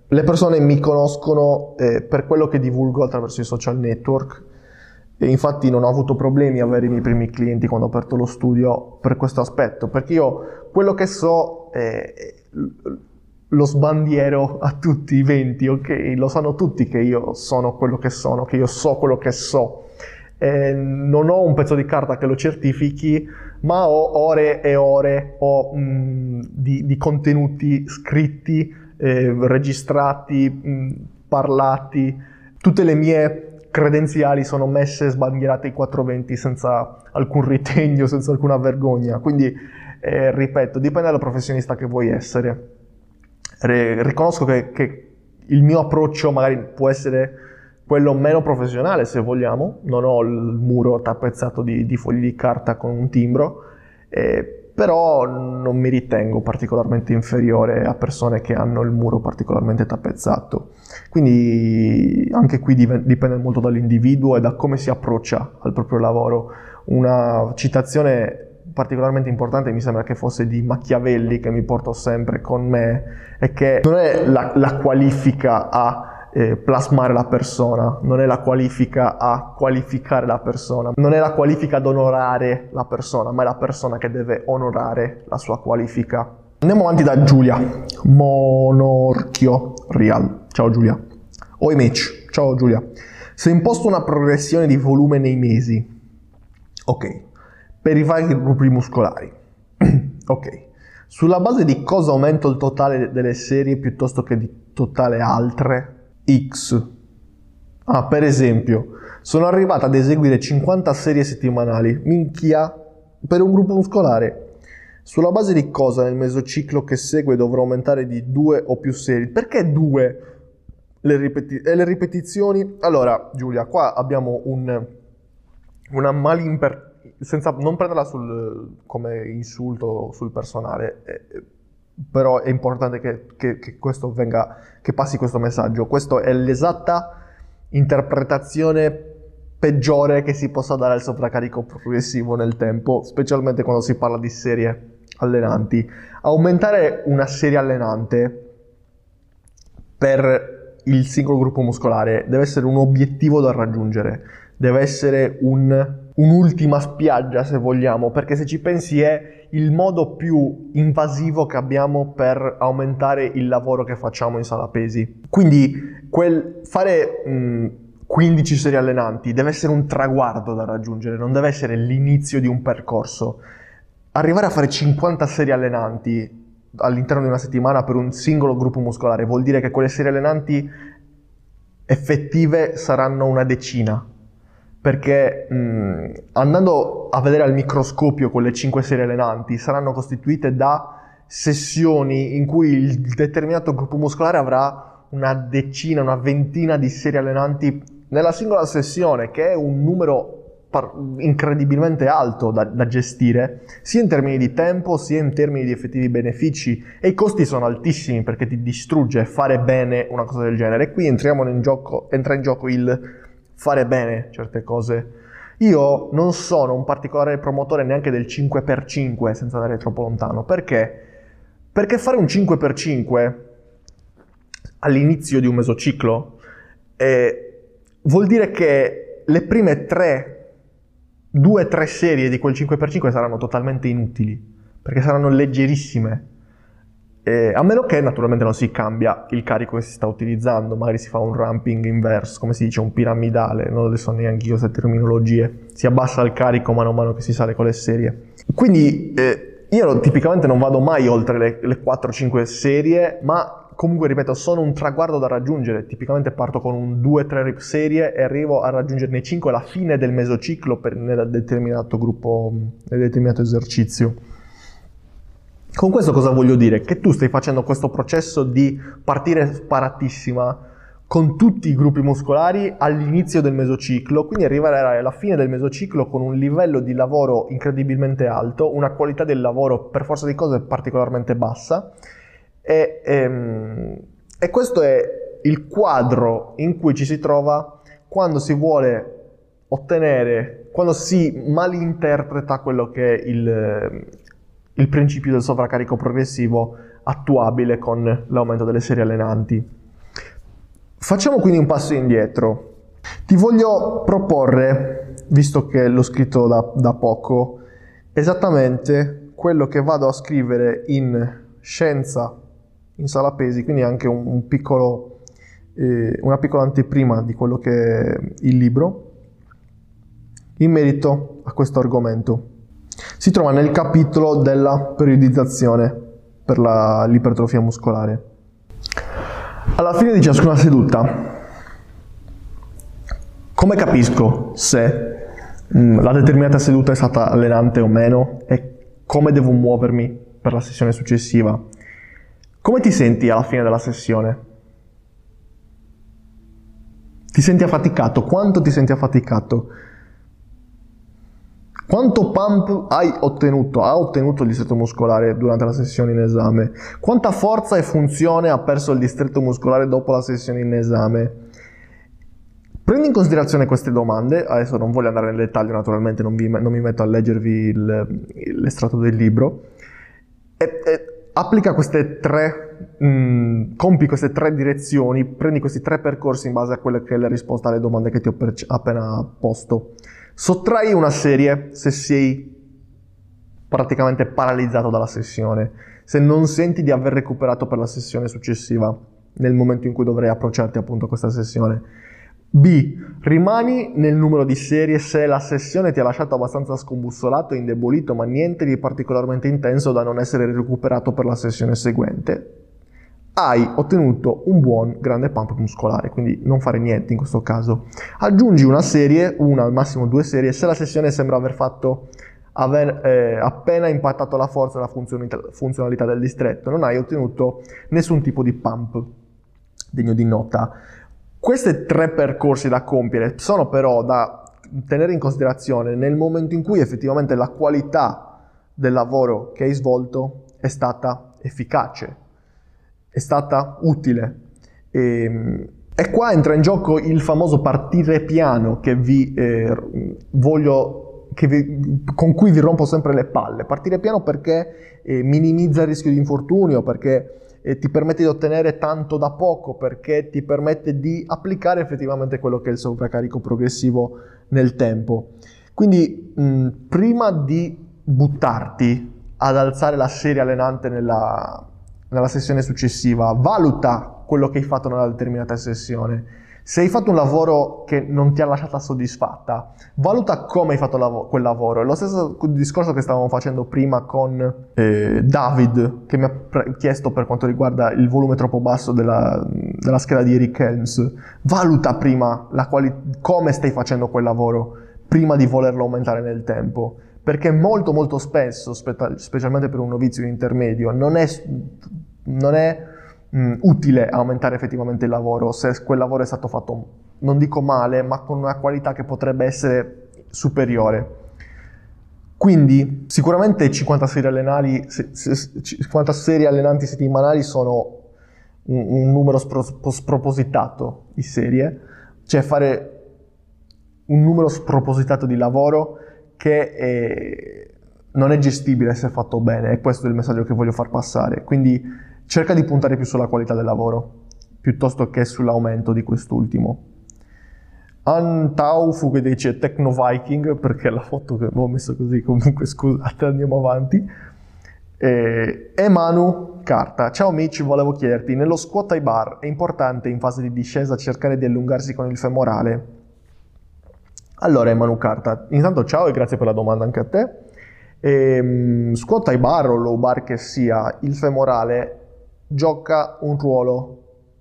le persone mi conoscono eh, per quello che divulgo attraverso i social network e infatti non ho avuto problemi a avere i miei primi clienti quando ho aperto lo studio per questo aspetto, perché io quello che so eh, lo sbandiero a tutti i venti, ok? Lo sanno tutti che io sono quello che sono, che io so quello che so. Eh, non ho un pezzo di carta che lo certifichi, ma ho ore e ore ho, mh, di, di contenuti scritti, Eh, registrati, mh, parlati, tutte le mie credenziali sono messe sbandierate ai quattrocentoventi senza alcun ritegno, senza alcuna vergogna. Quindi eh, ripeto, dipende dal professionista che vuoi essere. Re- riconosco che, che il mio approccio magari può essere quello meno professionale, se vogliamo. Non ho il muro tappezzato di, di fogli di carta con un timbro, eh, però non mi ritengo particolarmente inferiore a persone che hanno il muro particolarmente tappezzato. Quindi anche qui dipende molto dall'individuo e da come si approccia al proprio lavoro. Una citazione particolarmente importante mi sembra che fosse di Machiavelli, che mi porto sempre con me, è che non è la, la qualifica a Eh, plasmare la persona, non è la qualifica a qualificare la persona, non è la qualifica ad onorare la persona, ma è la persona che deve onorare la sua qualifica. Andiamo avanti da Giulia, Monorchio Real. Ciao Giulia. Oi match. Ciao Giulia. Se imposto una progressione di volume nei mesi, ok, per i vari gruppi muscolari, ok, sulla base di cosa aumento il totale delle serie piuttosto che di totale altre? X. Ah, per esempio, sono arrivata ad eseguire cinquanta serie settimanali, minchia, per un gruppo muscolare. Sulla base di cosa nel mesociclo che segue dovrò aumentare di due o più serie? Perché due le, ripeti- e le ripetizioni? Allora, Giulia, qua abbiamo un, una malimper... senza non prenderla sul, come insulto sul personale, eh, però è importante che, che, che questo venga, che passi questo messaggio. Questa è l'esatta interpretazione peggiore che si possa dare al sovraccarico progressivo nel tempo, specialmente quando si parla di serie allenanti. Aumentare una serie allenante per il singolo gruppo muscolare deve essere un obiettivo da raggiungere, deve essere un, un'ultima spiaggia, se vogliamo, perché se ci pensi è il modo più invasivo che abbiamo per aumentare il lavoro che facciamo in sala pesi. Quindi quel, fare mh, quindici serie allenanti deve essere un traguardo da raggiungere, non deve essere l'inizio di un percorso. Arrivare a fare cinquanta serie allenanti all'interno di una settimana per un singolo gruppo muscolare vuol dire che quelle serie allenanti effettive saranno una decina, perché mh, andando a vedere al microscopio quelle cinque serie allenanti saranno costituite da sessioni in cui il determinato gruppo muscolare avrà una decina, una ventina di serie allenanti nella singola sessione, che è un numero par- incredibilmente alto da, da gestire, sia in termini di tempo sia in termini di effettivi benefici, e i costi sono altissimi perché ti distrugge fare bene una cosa del genere. E qui entriamo in gioco, entra in gioco il fare bene certe cose. Io non sono un particolare promotore neanche del cinque per cinque, senza andare troppo lontano. Perché? Perché fare un cinque per cinque all'inizio di un mesociclo eh, vuol dire che le prime tre, due tre serie di quel cinque per cinque saranno totalmente inutili, perché saranno leggerissime. Eh, a meno che naturalmente non si cambia il carico che si sta utilizzando, magari si fa un ramping inverse, come si dice, un piramidale, non le so neanche io queste terminologie, si abbassa il carico mano a mano che si sale con le serie. Quindi eh, io tipicamente non vado mai oltre le, le quattro cinque serie, ma comunque ripeto, sono un traguardo da raggiungere. Tipicamente parto con un due tre rep serie e arrivo a raggiungerne cinque alla fine del mesociclo per, nel determinato gruppo, nel determinato esercizio. Con questo cosa voglio dire? Che tu stai facendo questo processo di partire sparatissima con tutti i gruppi muscolari all'inizio del mesociclo, quindi arrivare alla fine del mesociclo con un livello di lavoro incredibilmente alto, una qualità del lavoro per forza di cose particolarmente bassa, e, e, e questo è il quadro in cui ci si trova quando si vuole ottenere, quando si malinterpreta quello che è il... il principio del sovraccarico progressivo attuabile con l'aumento delle serie allenanti. Facciamo quindi un passo indietro. Ti voglio proporre, visto che l'ho scritto da, da poco, esattamente quello che vado a scrivere in scienza in sala pesi, quindi anche un, un piccolo, eh, una piccola anteprima di quello che è il libro, in merito a questo argomento. Si trova nel capitolo della periodizzazione per la, l'ipertrofia muscolare. Alla fine di ciascuna seduta, come capisco se mh, la determinata seduta è stata allenante o meno e come devo muovermi per la sessione successiva? Come ti senti alla fine della sessione? Ti senti affaticato? Quanto ti senti affaticato? Quanto pump hai ottenuto? Ha ottenuto il distretto muscolare durante la sessione in esame? Quanta forza e funzione ha perso il distretto muscolare dopo la sessione in esame? Prendi in considerazione queste domande. Adesso non voglio andare nel dettaglio, naturalmente non, vi, non mi metto a leggervi il, l'estratto del libro. E, e applica queste tre, mh, compi queste tre direzioni, prendi questi tre percorsi in base a quelle che è la risposta alle domande che ti ho per, appena posto. Sottrai una serie se sei praticamente paralizzato dalla sessione, se non senti di aver recuperato per la sessione successiva, nel momento in cui dovrai approcciarti appunto a questa sessione. B. Rimani nel numero di serie se la sessione ti ha lasciato abbastanza scombussolato e indebolito, ma niente di particolarmente intenso da non essere recuperato per la sessione seguente. Hai ottenuto un buon grande pump muscolare, quindi non fare niente in questo caso. Aggiungi una serie, una al massimo due serie, se la sessione sembra aver fatto aver eh, appena impattato la forza e la funzionalità, funzionalità del distretto, non hai ottenuto nessun tipo di pump degno di nota. Questi tre percorsi da compiere sono però da tenere in considerazione nel momento in cui effettivamente la qualità del lavoro che hai svolto è stata efficace, è stata utile. E, e qua entra in gioco il famoso partire piano che vi eh, voglio, che vi, con cui vi rompo sempre le palle. Partire piano perché eh, minimizza il rischio di infortunio, perché eh, ti permette di ottenere tanto da poco, perché ti permette di applicare effettivamente quello che è il sovraccarico progressivo nel tempo. Quindi mh, prima di buttarti ad alzare la serie allenante nella nella sessione successiva, valuta quello che hai fatto nella determinata sessione. Se hai fatto un lavoro che non ti ha lasciata soddisfatta, valuta come hai fatto lav- quel lavoro. È lo stesso discorso che stavamo facendo prima con eh, David, che mi ha pre- chiesto per quanto riguarda il volume troppo basso della, della scheda di Eric Helms. Valuta prima la quali- come stai facendo quel lavoro, prima di volerlo aumentare nel tempo. Perché molto molto spesso, spe- specialmente per un novizio intermedio, non è, non è mh, utile aumentare effettivamente il lavoro se quel lavoro è stato fatto, non dico male, ma con una qualità che potrebbe essere superiore. Quindi sicuramente cinquanta serie allenali, cinquanta serie allenanti settimanali sono un, un numero spro- spropositato di serie, cioè fare un numero spropositato di lavoro che è, non è gestibile se fatto bene, e questo è il messaggio che voglio far passare. Quindi cerca di puntare più sulla qualità del lavoro piuttosto che sull'aumento di quest'ultimo. Antaufu che dice Techno Viking, perché la foto che avevo messo così, comunque scusate, andiamo avanti. E, e Manu Carta, ciao Mitch, volevo chiederti, nello squat ai bar è importante in fase di discesa cercare di allungarsi con il femorale? Allora, Manu Carta, intanto ciao e grazie per la domanda anche a te. E, squat high bar o low bar che sia, il femorale gioca un ruolo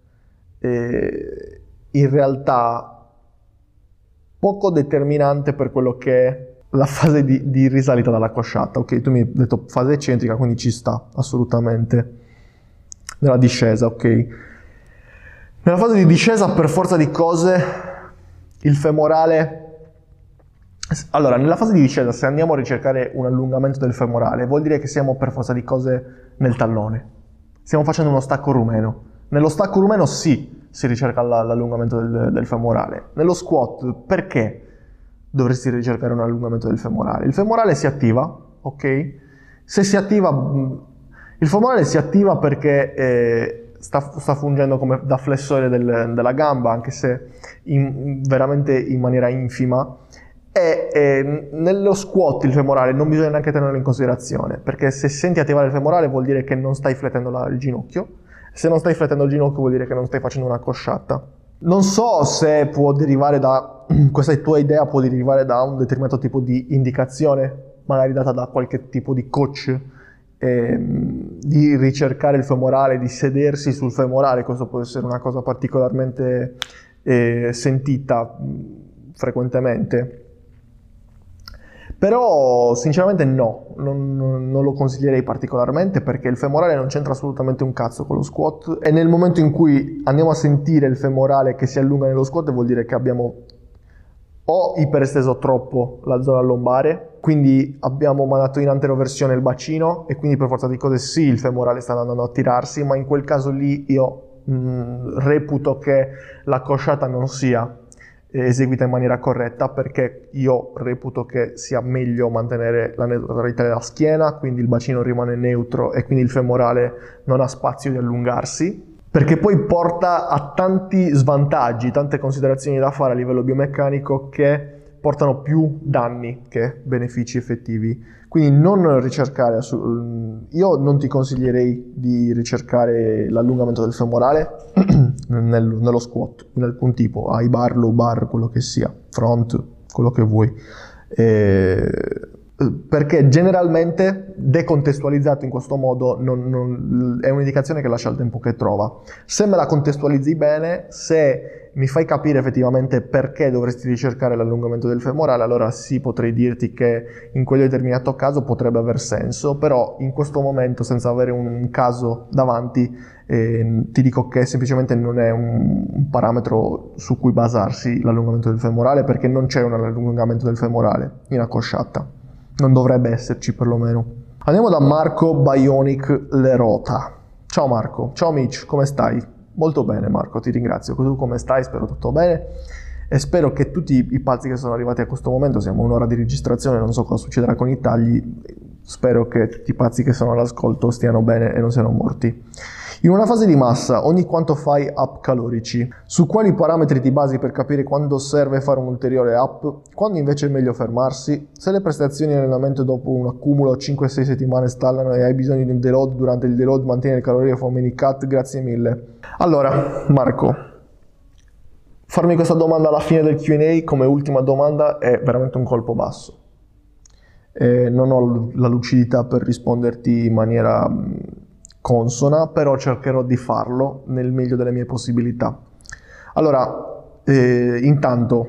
eh, in realtà poco determinante per quello che è la fase di, di risalita dalla cosciata. Ok, tu mi hai detto fase eccentrica, quindi ci sta assolutamente nella discesa, ok. Nella fase di discesa, per forza di cose, il femorale. Allora, nella fase di discesa, se andiamo a ricercare un allungamento del femorale, vuol dire che siamo per forza di cose nel tallone. Stiamo facendo uno stacco rumeno. Nello stacco rumeno sì, si ricerca l'allungamento del, del femorale. Nello squat, perché dovresti ricercare un allungamento del femorale? Il femorale si attiva, ok? Se si attiva, il femorale si attiva perché eh, sta, sta fungendo come da flessore del, della gamba, anche se in, veramente in maniera infima. E, e nello squat il femorale non bisogna neanche tenerlo in considerazione, perché se senti attivare il femorale vuol dire che non stai flettendo la, il ginocchio. Se non stai flettendo il ginocchio vuol dire che non stai facendo una cosciata. Non so se può derivare da, questa tua idea può derivare da un determinato tipo di indicazione, magari data da qualche tipo di coach, eh, di ricercare il femorale, di sedersi sul femorale. Questo può essere una cosa particolarmente eh, sentita mh, frequentemente. Però sinceramente no, non, non lo consiglierei particolarmente, perché il femorale non c'entra assolutamente un cazzo con lo squat, e nel momento in cui andiamo a sentire il femorale che si allunga nello squat vuol dire che abbiamo o iperesteso troppo la zona lombare, quindi abbiamo mandato in anteroversione il bacino, e quindi per forza di cose sì, il femorale sta andando a tirarsi, ma in quel caso lì io mh, reputo che la cosciata non sia eseguita in maniera corretta, perché io reputo che sia meglio mantenere la neutralità della schiena, quindi il bacino rimane neutro e quindi il femorale non ha spazio di allungarsi, perché poi porta a tanti svantaggi, tante considerazioni da fare a livello biomeccanico che portano più danni che benefici effettivi. Quindi non ricercare, io non ti consiglierei di ricercare l'allungamento del femorale nel, nello squat, in alcun tipo, high bar, low bar, quello che sia, front, quello che vuoi. Eh, perché generalmente decontestualizzato in questo modo non, non, è un'indicazione che lascia il tempo che trova. Se me la contestualizzi bene, se mi fai capire effettivamente perché dovresti ricercare l'allungamento del femorale, allora sì, potrei dirti che in quel determinato caso potrebbe aver senso, però in questo momento, senza avere un caso davanti, eh, ti dico che semplicemente non è un, un parametro su cui basarsi l'allungamento del femorale, perché non c'è un allungamento del femorale in accosciata. Non dovrebbe esserci, perlomeno. Andiamo da Marco Bionic Lerota. Ciao Marco. Ciao Mitch, come stai? Molto bene Marco, ti ringrazio. Tu come stai? Spero tutto bene. E spero che tutti i pazzi che sono arrivati a questo momento, siamo un'ora di registrazione, non so cosa succederà con i tagli, spero che tutti i pazzi che sono all'ascolto stiano bene e non siano morti. In una fase di massa, ogni quanto fai up calorici? Su quali parametri ti basi per capire quando serve fare un ulteriore up? Quando invece è meglio fermarsi? Se le prestazioni in allenamento dopo un accumulo cinque sei settimane stallano e hai bisogno di un deload, durante il deload mantieni le calorie e fa un mini cut? Grazie mille. Allora, Marco, farmi questa domanda alla fine del Q and A come ultima domanda è veramente un colpo basso. Eh, non ho la lucidità per risponderti in maniera consona, però cercherò di farlo nel meglio delle mie possibilità. Allora, eh, intanto,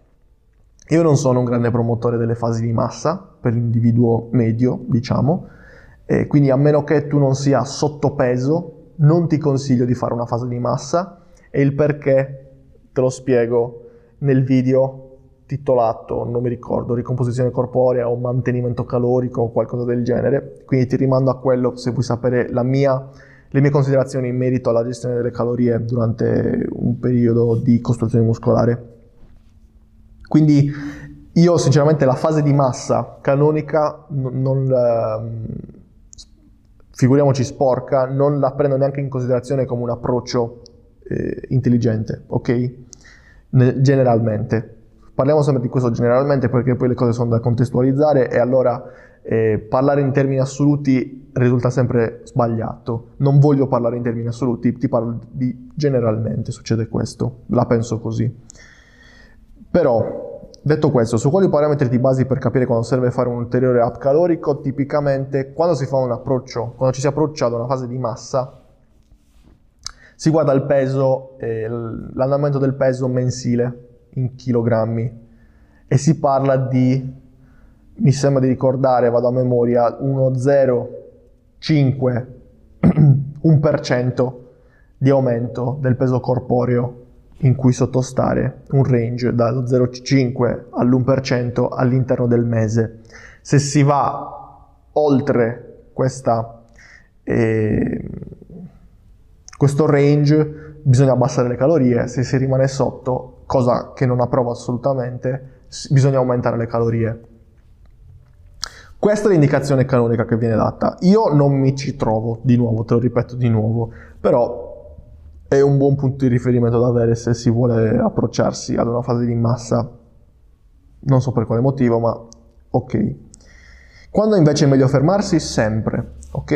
io non sono un grande promotore delle fasi di massa per l'individuo medio, diciamo, eh, quindi a meno che tu non sia sottopeso, non ti consiglio di fare una fase di massa, e il perché te lo spiego nel video titolato, non mi ricordo, ricomposizione corporea o mantenimento calorico o qualcosa del genere, quindi ti rimando a quello se vuoi sapere la mia, le mie considerazioni in merito alla gestione delle calorie durante un periodo di costruzione muscolare. Quindi io sinceramente la fase di massa canonica non, non figuriamoci sporca, non la prendo neanche in considerazione come un approccio eh, intelligente, ok? Ne, generalmente. Parliamo sempre di questo generalmente, perché poi le cose sono da contestualizzare e allora eh, parlare in termini assoluti risulta sempre sbagliato. Non voglio parlare in termini assoluti, ti parlo di generalmente, succede questo, la penso così. Però, detto questo, su quali parametri ti basi per capire quando serve fare un ulteriore up calorico? Tipicamente quando si fa un approccio, quando ci si approccia ad una fase di massa, si guarda il peso, eh, l'andamento del peso mensile in chilogrammi e si parla di, mi sembra di ricordare, vado a memoria, uno virgola zero cinque uno per cento di aumento del peso corporeo in cui sottostare, un range dallo zero virgola cinque all'uno per cento all'interno del mese. Se si va oltre questa, eh, questo range bisogna abbassare le calorie, se si rimane sotto, cosa che non approvo assolutamente, bisogna aumentare le calorie. Questa è l'indicazione canonica che viene data. Io non mi ci trovo, di nuovo, te lo ripeto di nuovo, però è un buon punto di riferimento da avere se si vuole approcciarsi ad una fase di massa, non so per quale motivo, ma ok. Quando invece è meglio fermarsi? Sempre, ok?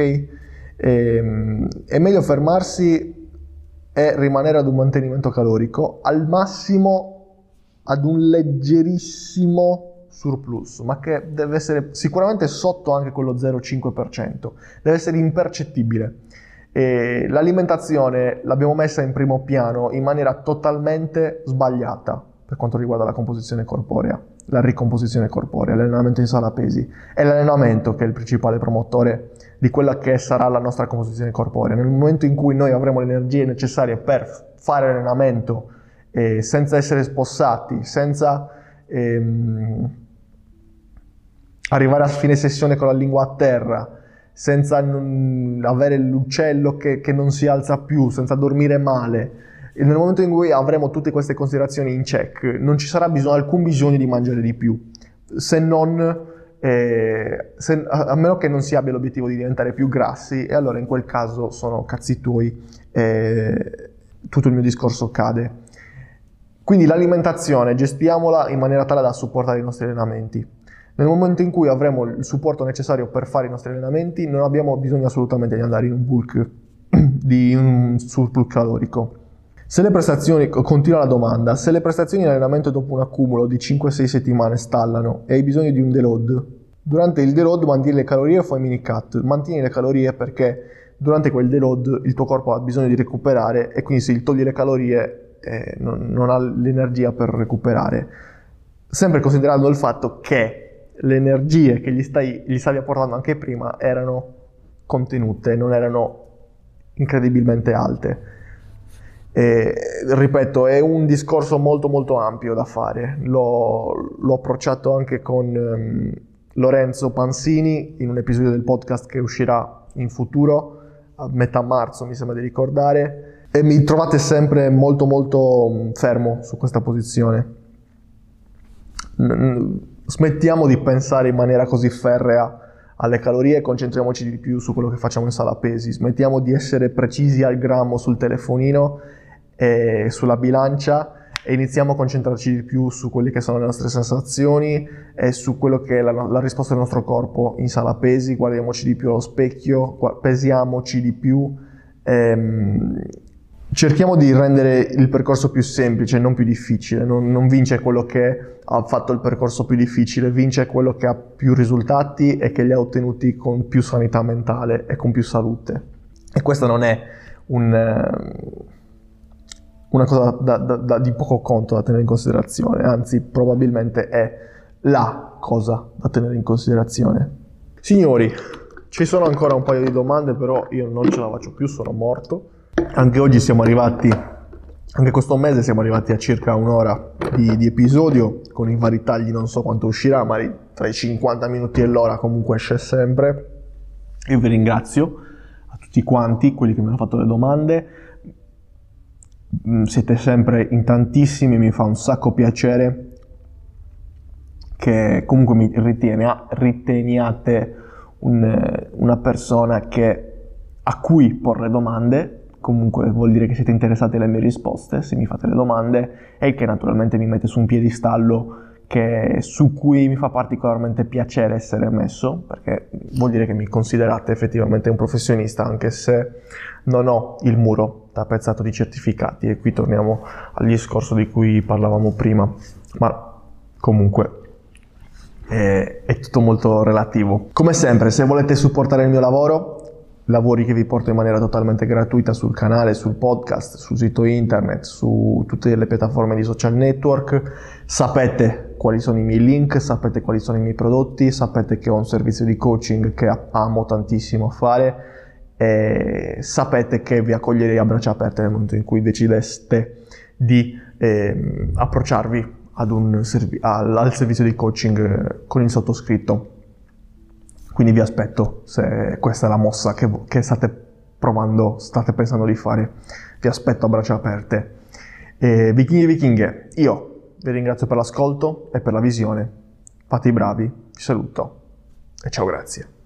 E, è meglio fermarsi e rimanere ad un mantenimento calorico, al massimo ad un leggerissimo surplus, ma che deve essere sicuramente sotto anche quello zero virgola cinque per cento, deve essere impercettibile. E l'alimentazione l'abbiamo messa in primo piano in maniera totalmente sbagliata per quanto riguarda la composizione corporea, la ricomposizione corporea, l'allenamento in sala pesi. È l'allenamento che è il principale promotore di quella che sarà la nostra composizione corporea. Nel momento in cui noi avremo le energie necessarie per fare allenamento eh, senza essere spossati, senza ehm, arrivare a fine sessione con la lingua a terra, senza non avere l'uccello che, che non si alza più, senza dormire male, e nel momento in cui avremo tutte queste considerazioni in check, non ci sarà bisogno, alcun bisogno di mangiare di più, se non, eh, se, a, a meno che non si abbia l'obiettivo di diventare più grassi, e allora in quel caso sono cazzi tuoi, eh, tutto il mio discorso cade. Quindi l'alimentazione gestiamola in maniera tale da supportare i nostri allenamenti. Nel momento in cui avremo il supporto necessario per fare i nostri allenamenti, non abbiamo bisogno assolutamente di andare in un bulk, di un surplus calorico. Se le prestazioni, continua la domanda, se le prestazioni in allenamento dopo un accumulo di cinque sei settimane stallano e hai bisogno di un deload, durante il deload mantieni le calorie o fai mini cut? Mantieni le calorie perché durante quel deload il tuo corpo ha bisogno di recuperare e quindi se togli le calorie eh, non, non ha l'energia per recuperare. Sempre considerando il fatto che le energie che gli, stai, gli stavi apportando anche prima erano contenute, non erano incredibilmente alte. E, ripeto, è un discorso molto molto ampio da fare. L'ho, l'ho approcciato anche con um, Lorenzo Pansini in un episodio del podcast che uscirà in futuro, a metà marzo mi sembra di ricordare, e mi trovate sempre molto molto fermo su questa posizione. Smettiamo di pensare in maniera così ferrea alle calorie e concentriamoci di più su quello che facciamo in sala pesi. Smettiamo di essere precisi al grammo sul telefonino e sulla bilancia e iniziamo a concentrarci di più su quelle che sono le nostre sensazioni e su quello che è la, la risposta del nostro corpo in sala pesi. Guardiamoci di più allo specchio, pesiamoci di più. Ehm, Cerchiamo di rendere il percorso più semplice, non più difficile. Non, non vince quello che ha fatto il percorso più difficile, vince quello che ha più risultati e che li ha ottenuti con più sanità mentale e con più salute. E questa non è un, una cosa da, da, da, di poco conto da tenere in considerazione, anzi probabilmente è la cosa da tenere in considerazione. Signori, ci sono ancora un paio di domande, però io non ce la faccio più, sono morto. Anche oggi siamo arrivati, anche questo mese siamo arrivati a circa un'ora di, di episodio, con i vari tagli non so quanto uscirà, ma tra i cinquanta minuti e l'ora comunque esce sempre. Io vi ringrazio a tutti quanti, quelli che mi hanno fatto le domande, siete sempre in tantissimi, mi fa un sacco piacere che comunque mi ritiene, riteniate un, una persona che, a cui porre domande. Comunque vuol dire che siete interessati alle mie risposte se mi fate le domande, e che naturalmente mi mette su un piedistallo che, su cui mi fa particolarmente piacere essere messo, perché vuol dire che mi considerate effettivamente un professionista, anche se non ho il muro tappezzato di certificati. E qui torniamo al discorso di cui parlavamo prima, ma comunque è, è tutto molto relativo. Come sempre, se volete supportare il mio lavoro, lavori che vi porto in maniera totalmente gratuita sul canale, sul podcast, sul sito internet, su tutte le piattaforme di social network. Sapete quali sono i miei link, sapete quali sono i miei prodotti, sapete che ho un servizio di coaching che amo tantissimo fare, e sapete che vi accoglierei a braccia aperte nel momento in cui decideste di eh, approcciarvi ad un servi- al, al servizio di coaching con il sottoscritto. Quindi vi aspetto, se questa è la mossa che, che state provando, state pensando di fare, vi aspetto a braccia aperte. E vichinghi e vichinghe, io vi ringrazio per l'ascolto e per la visione. Fate i bravi, vi saluto e ciao, grazie.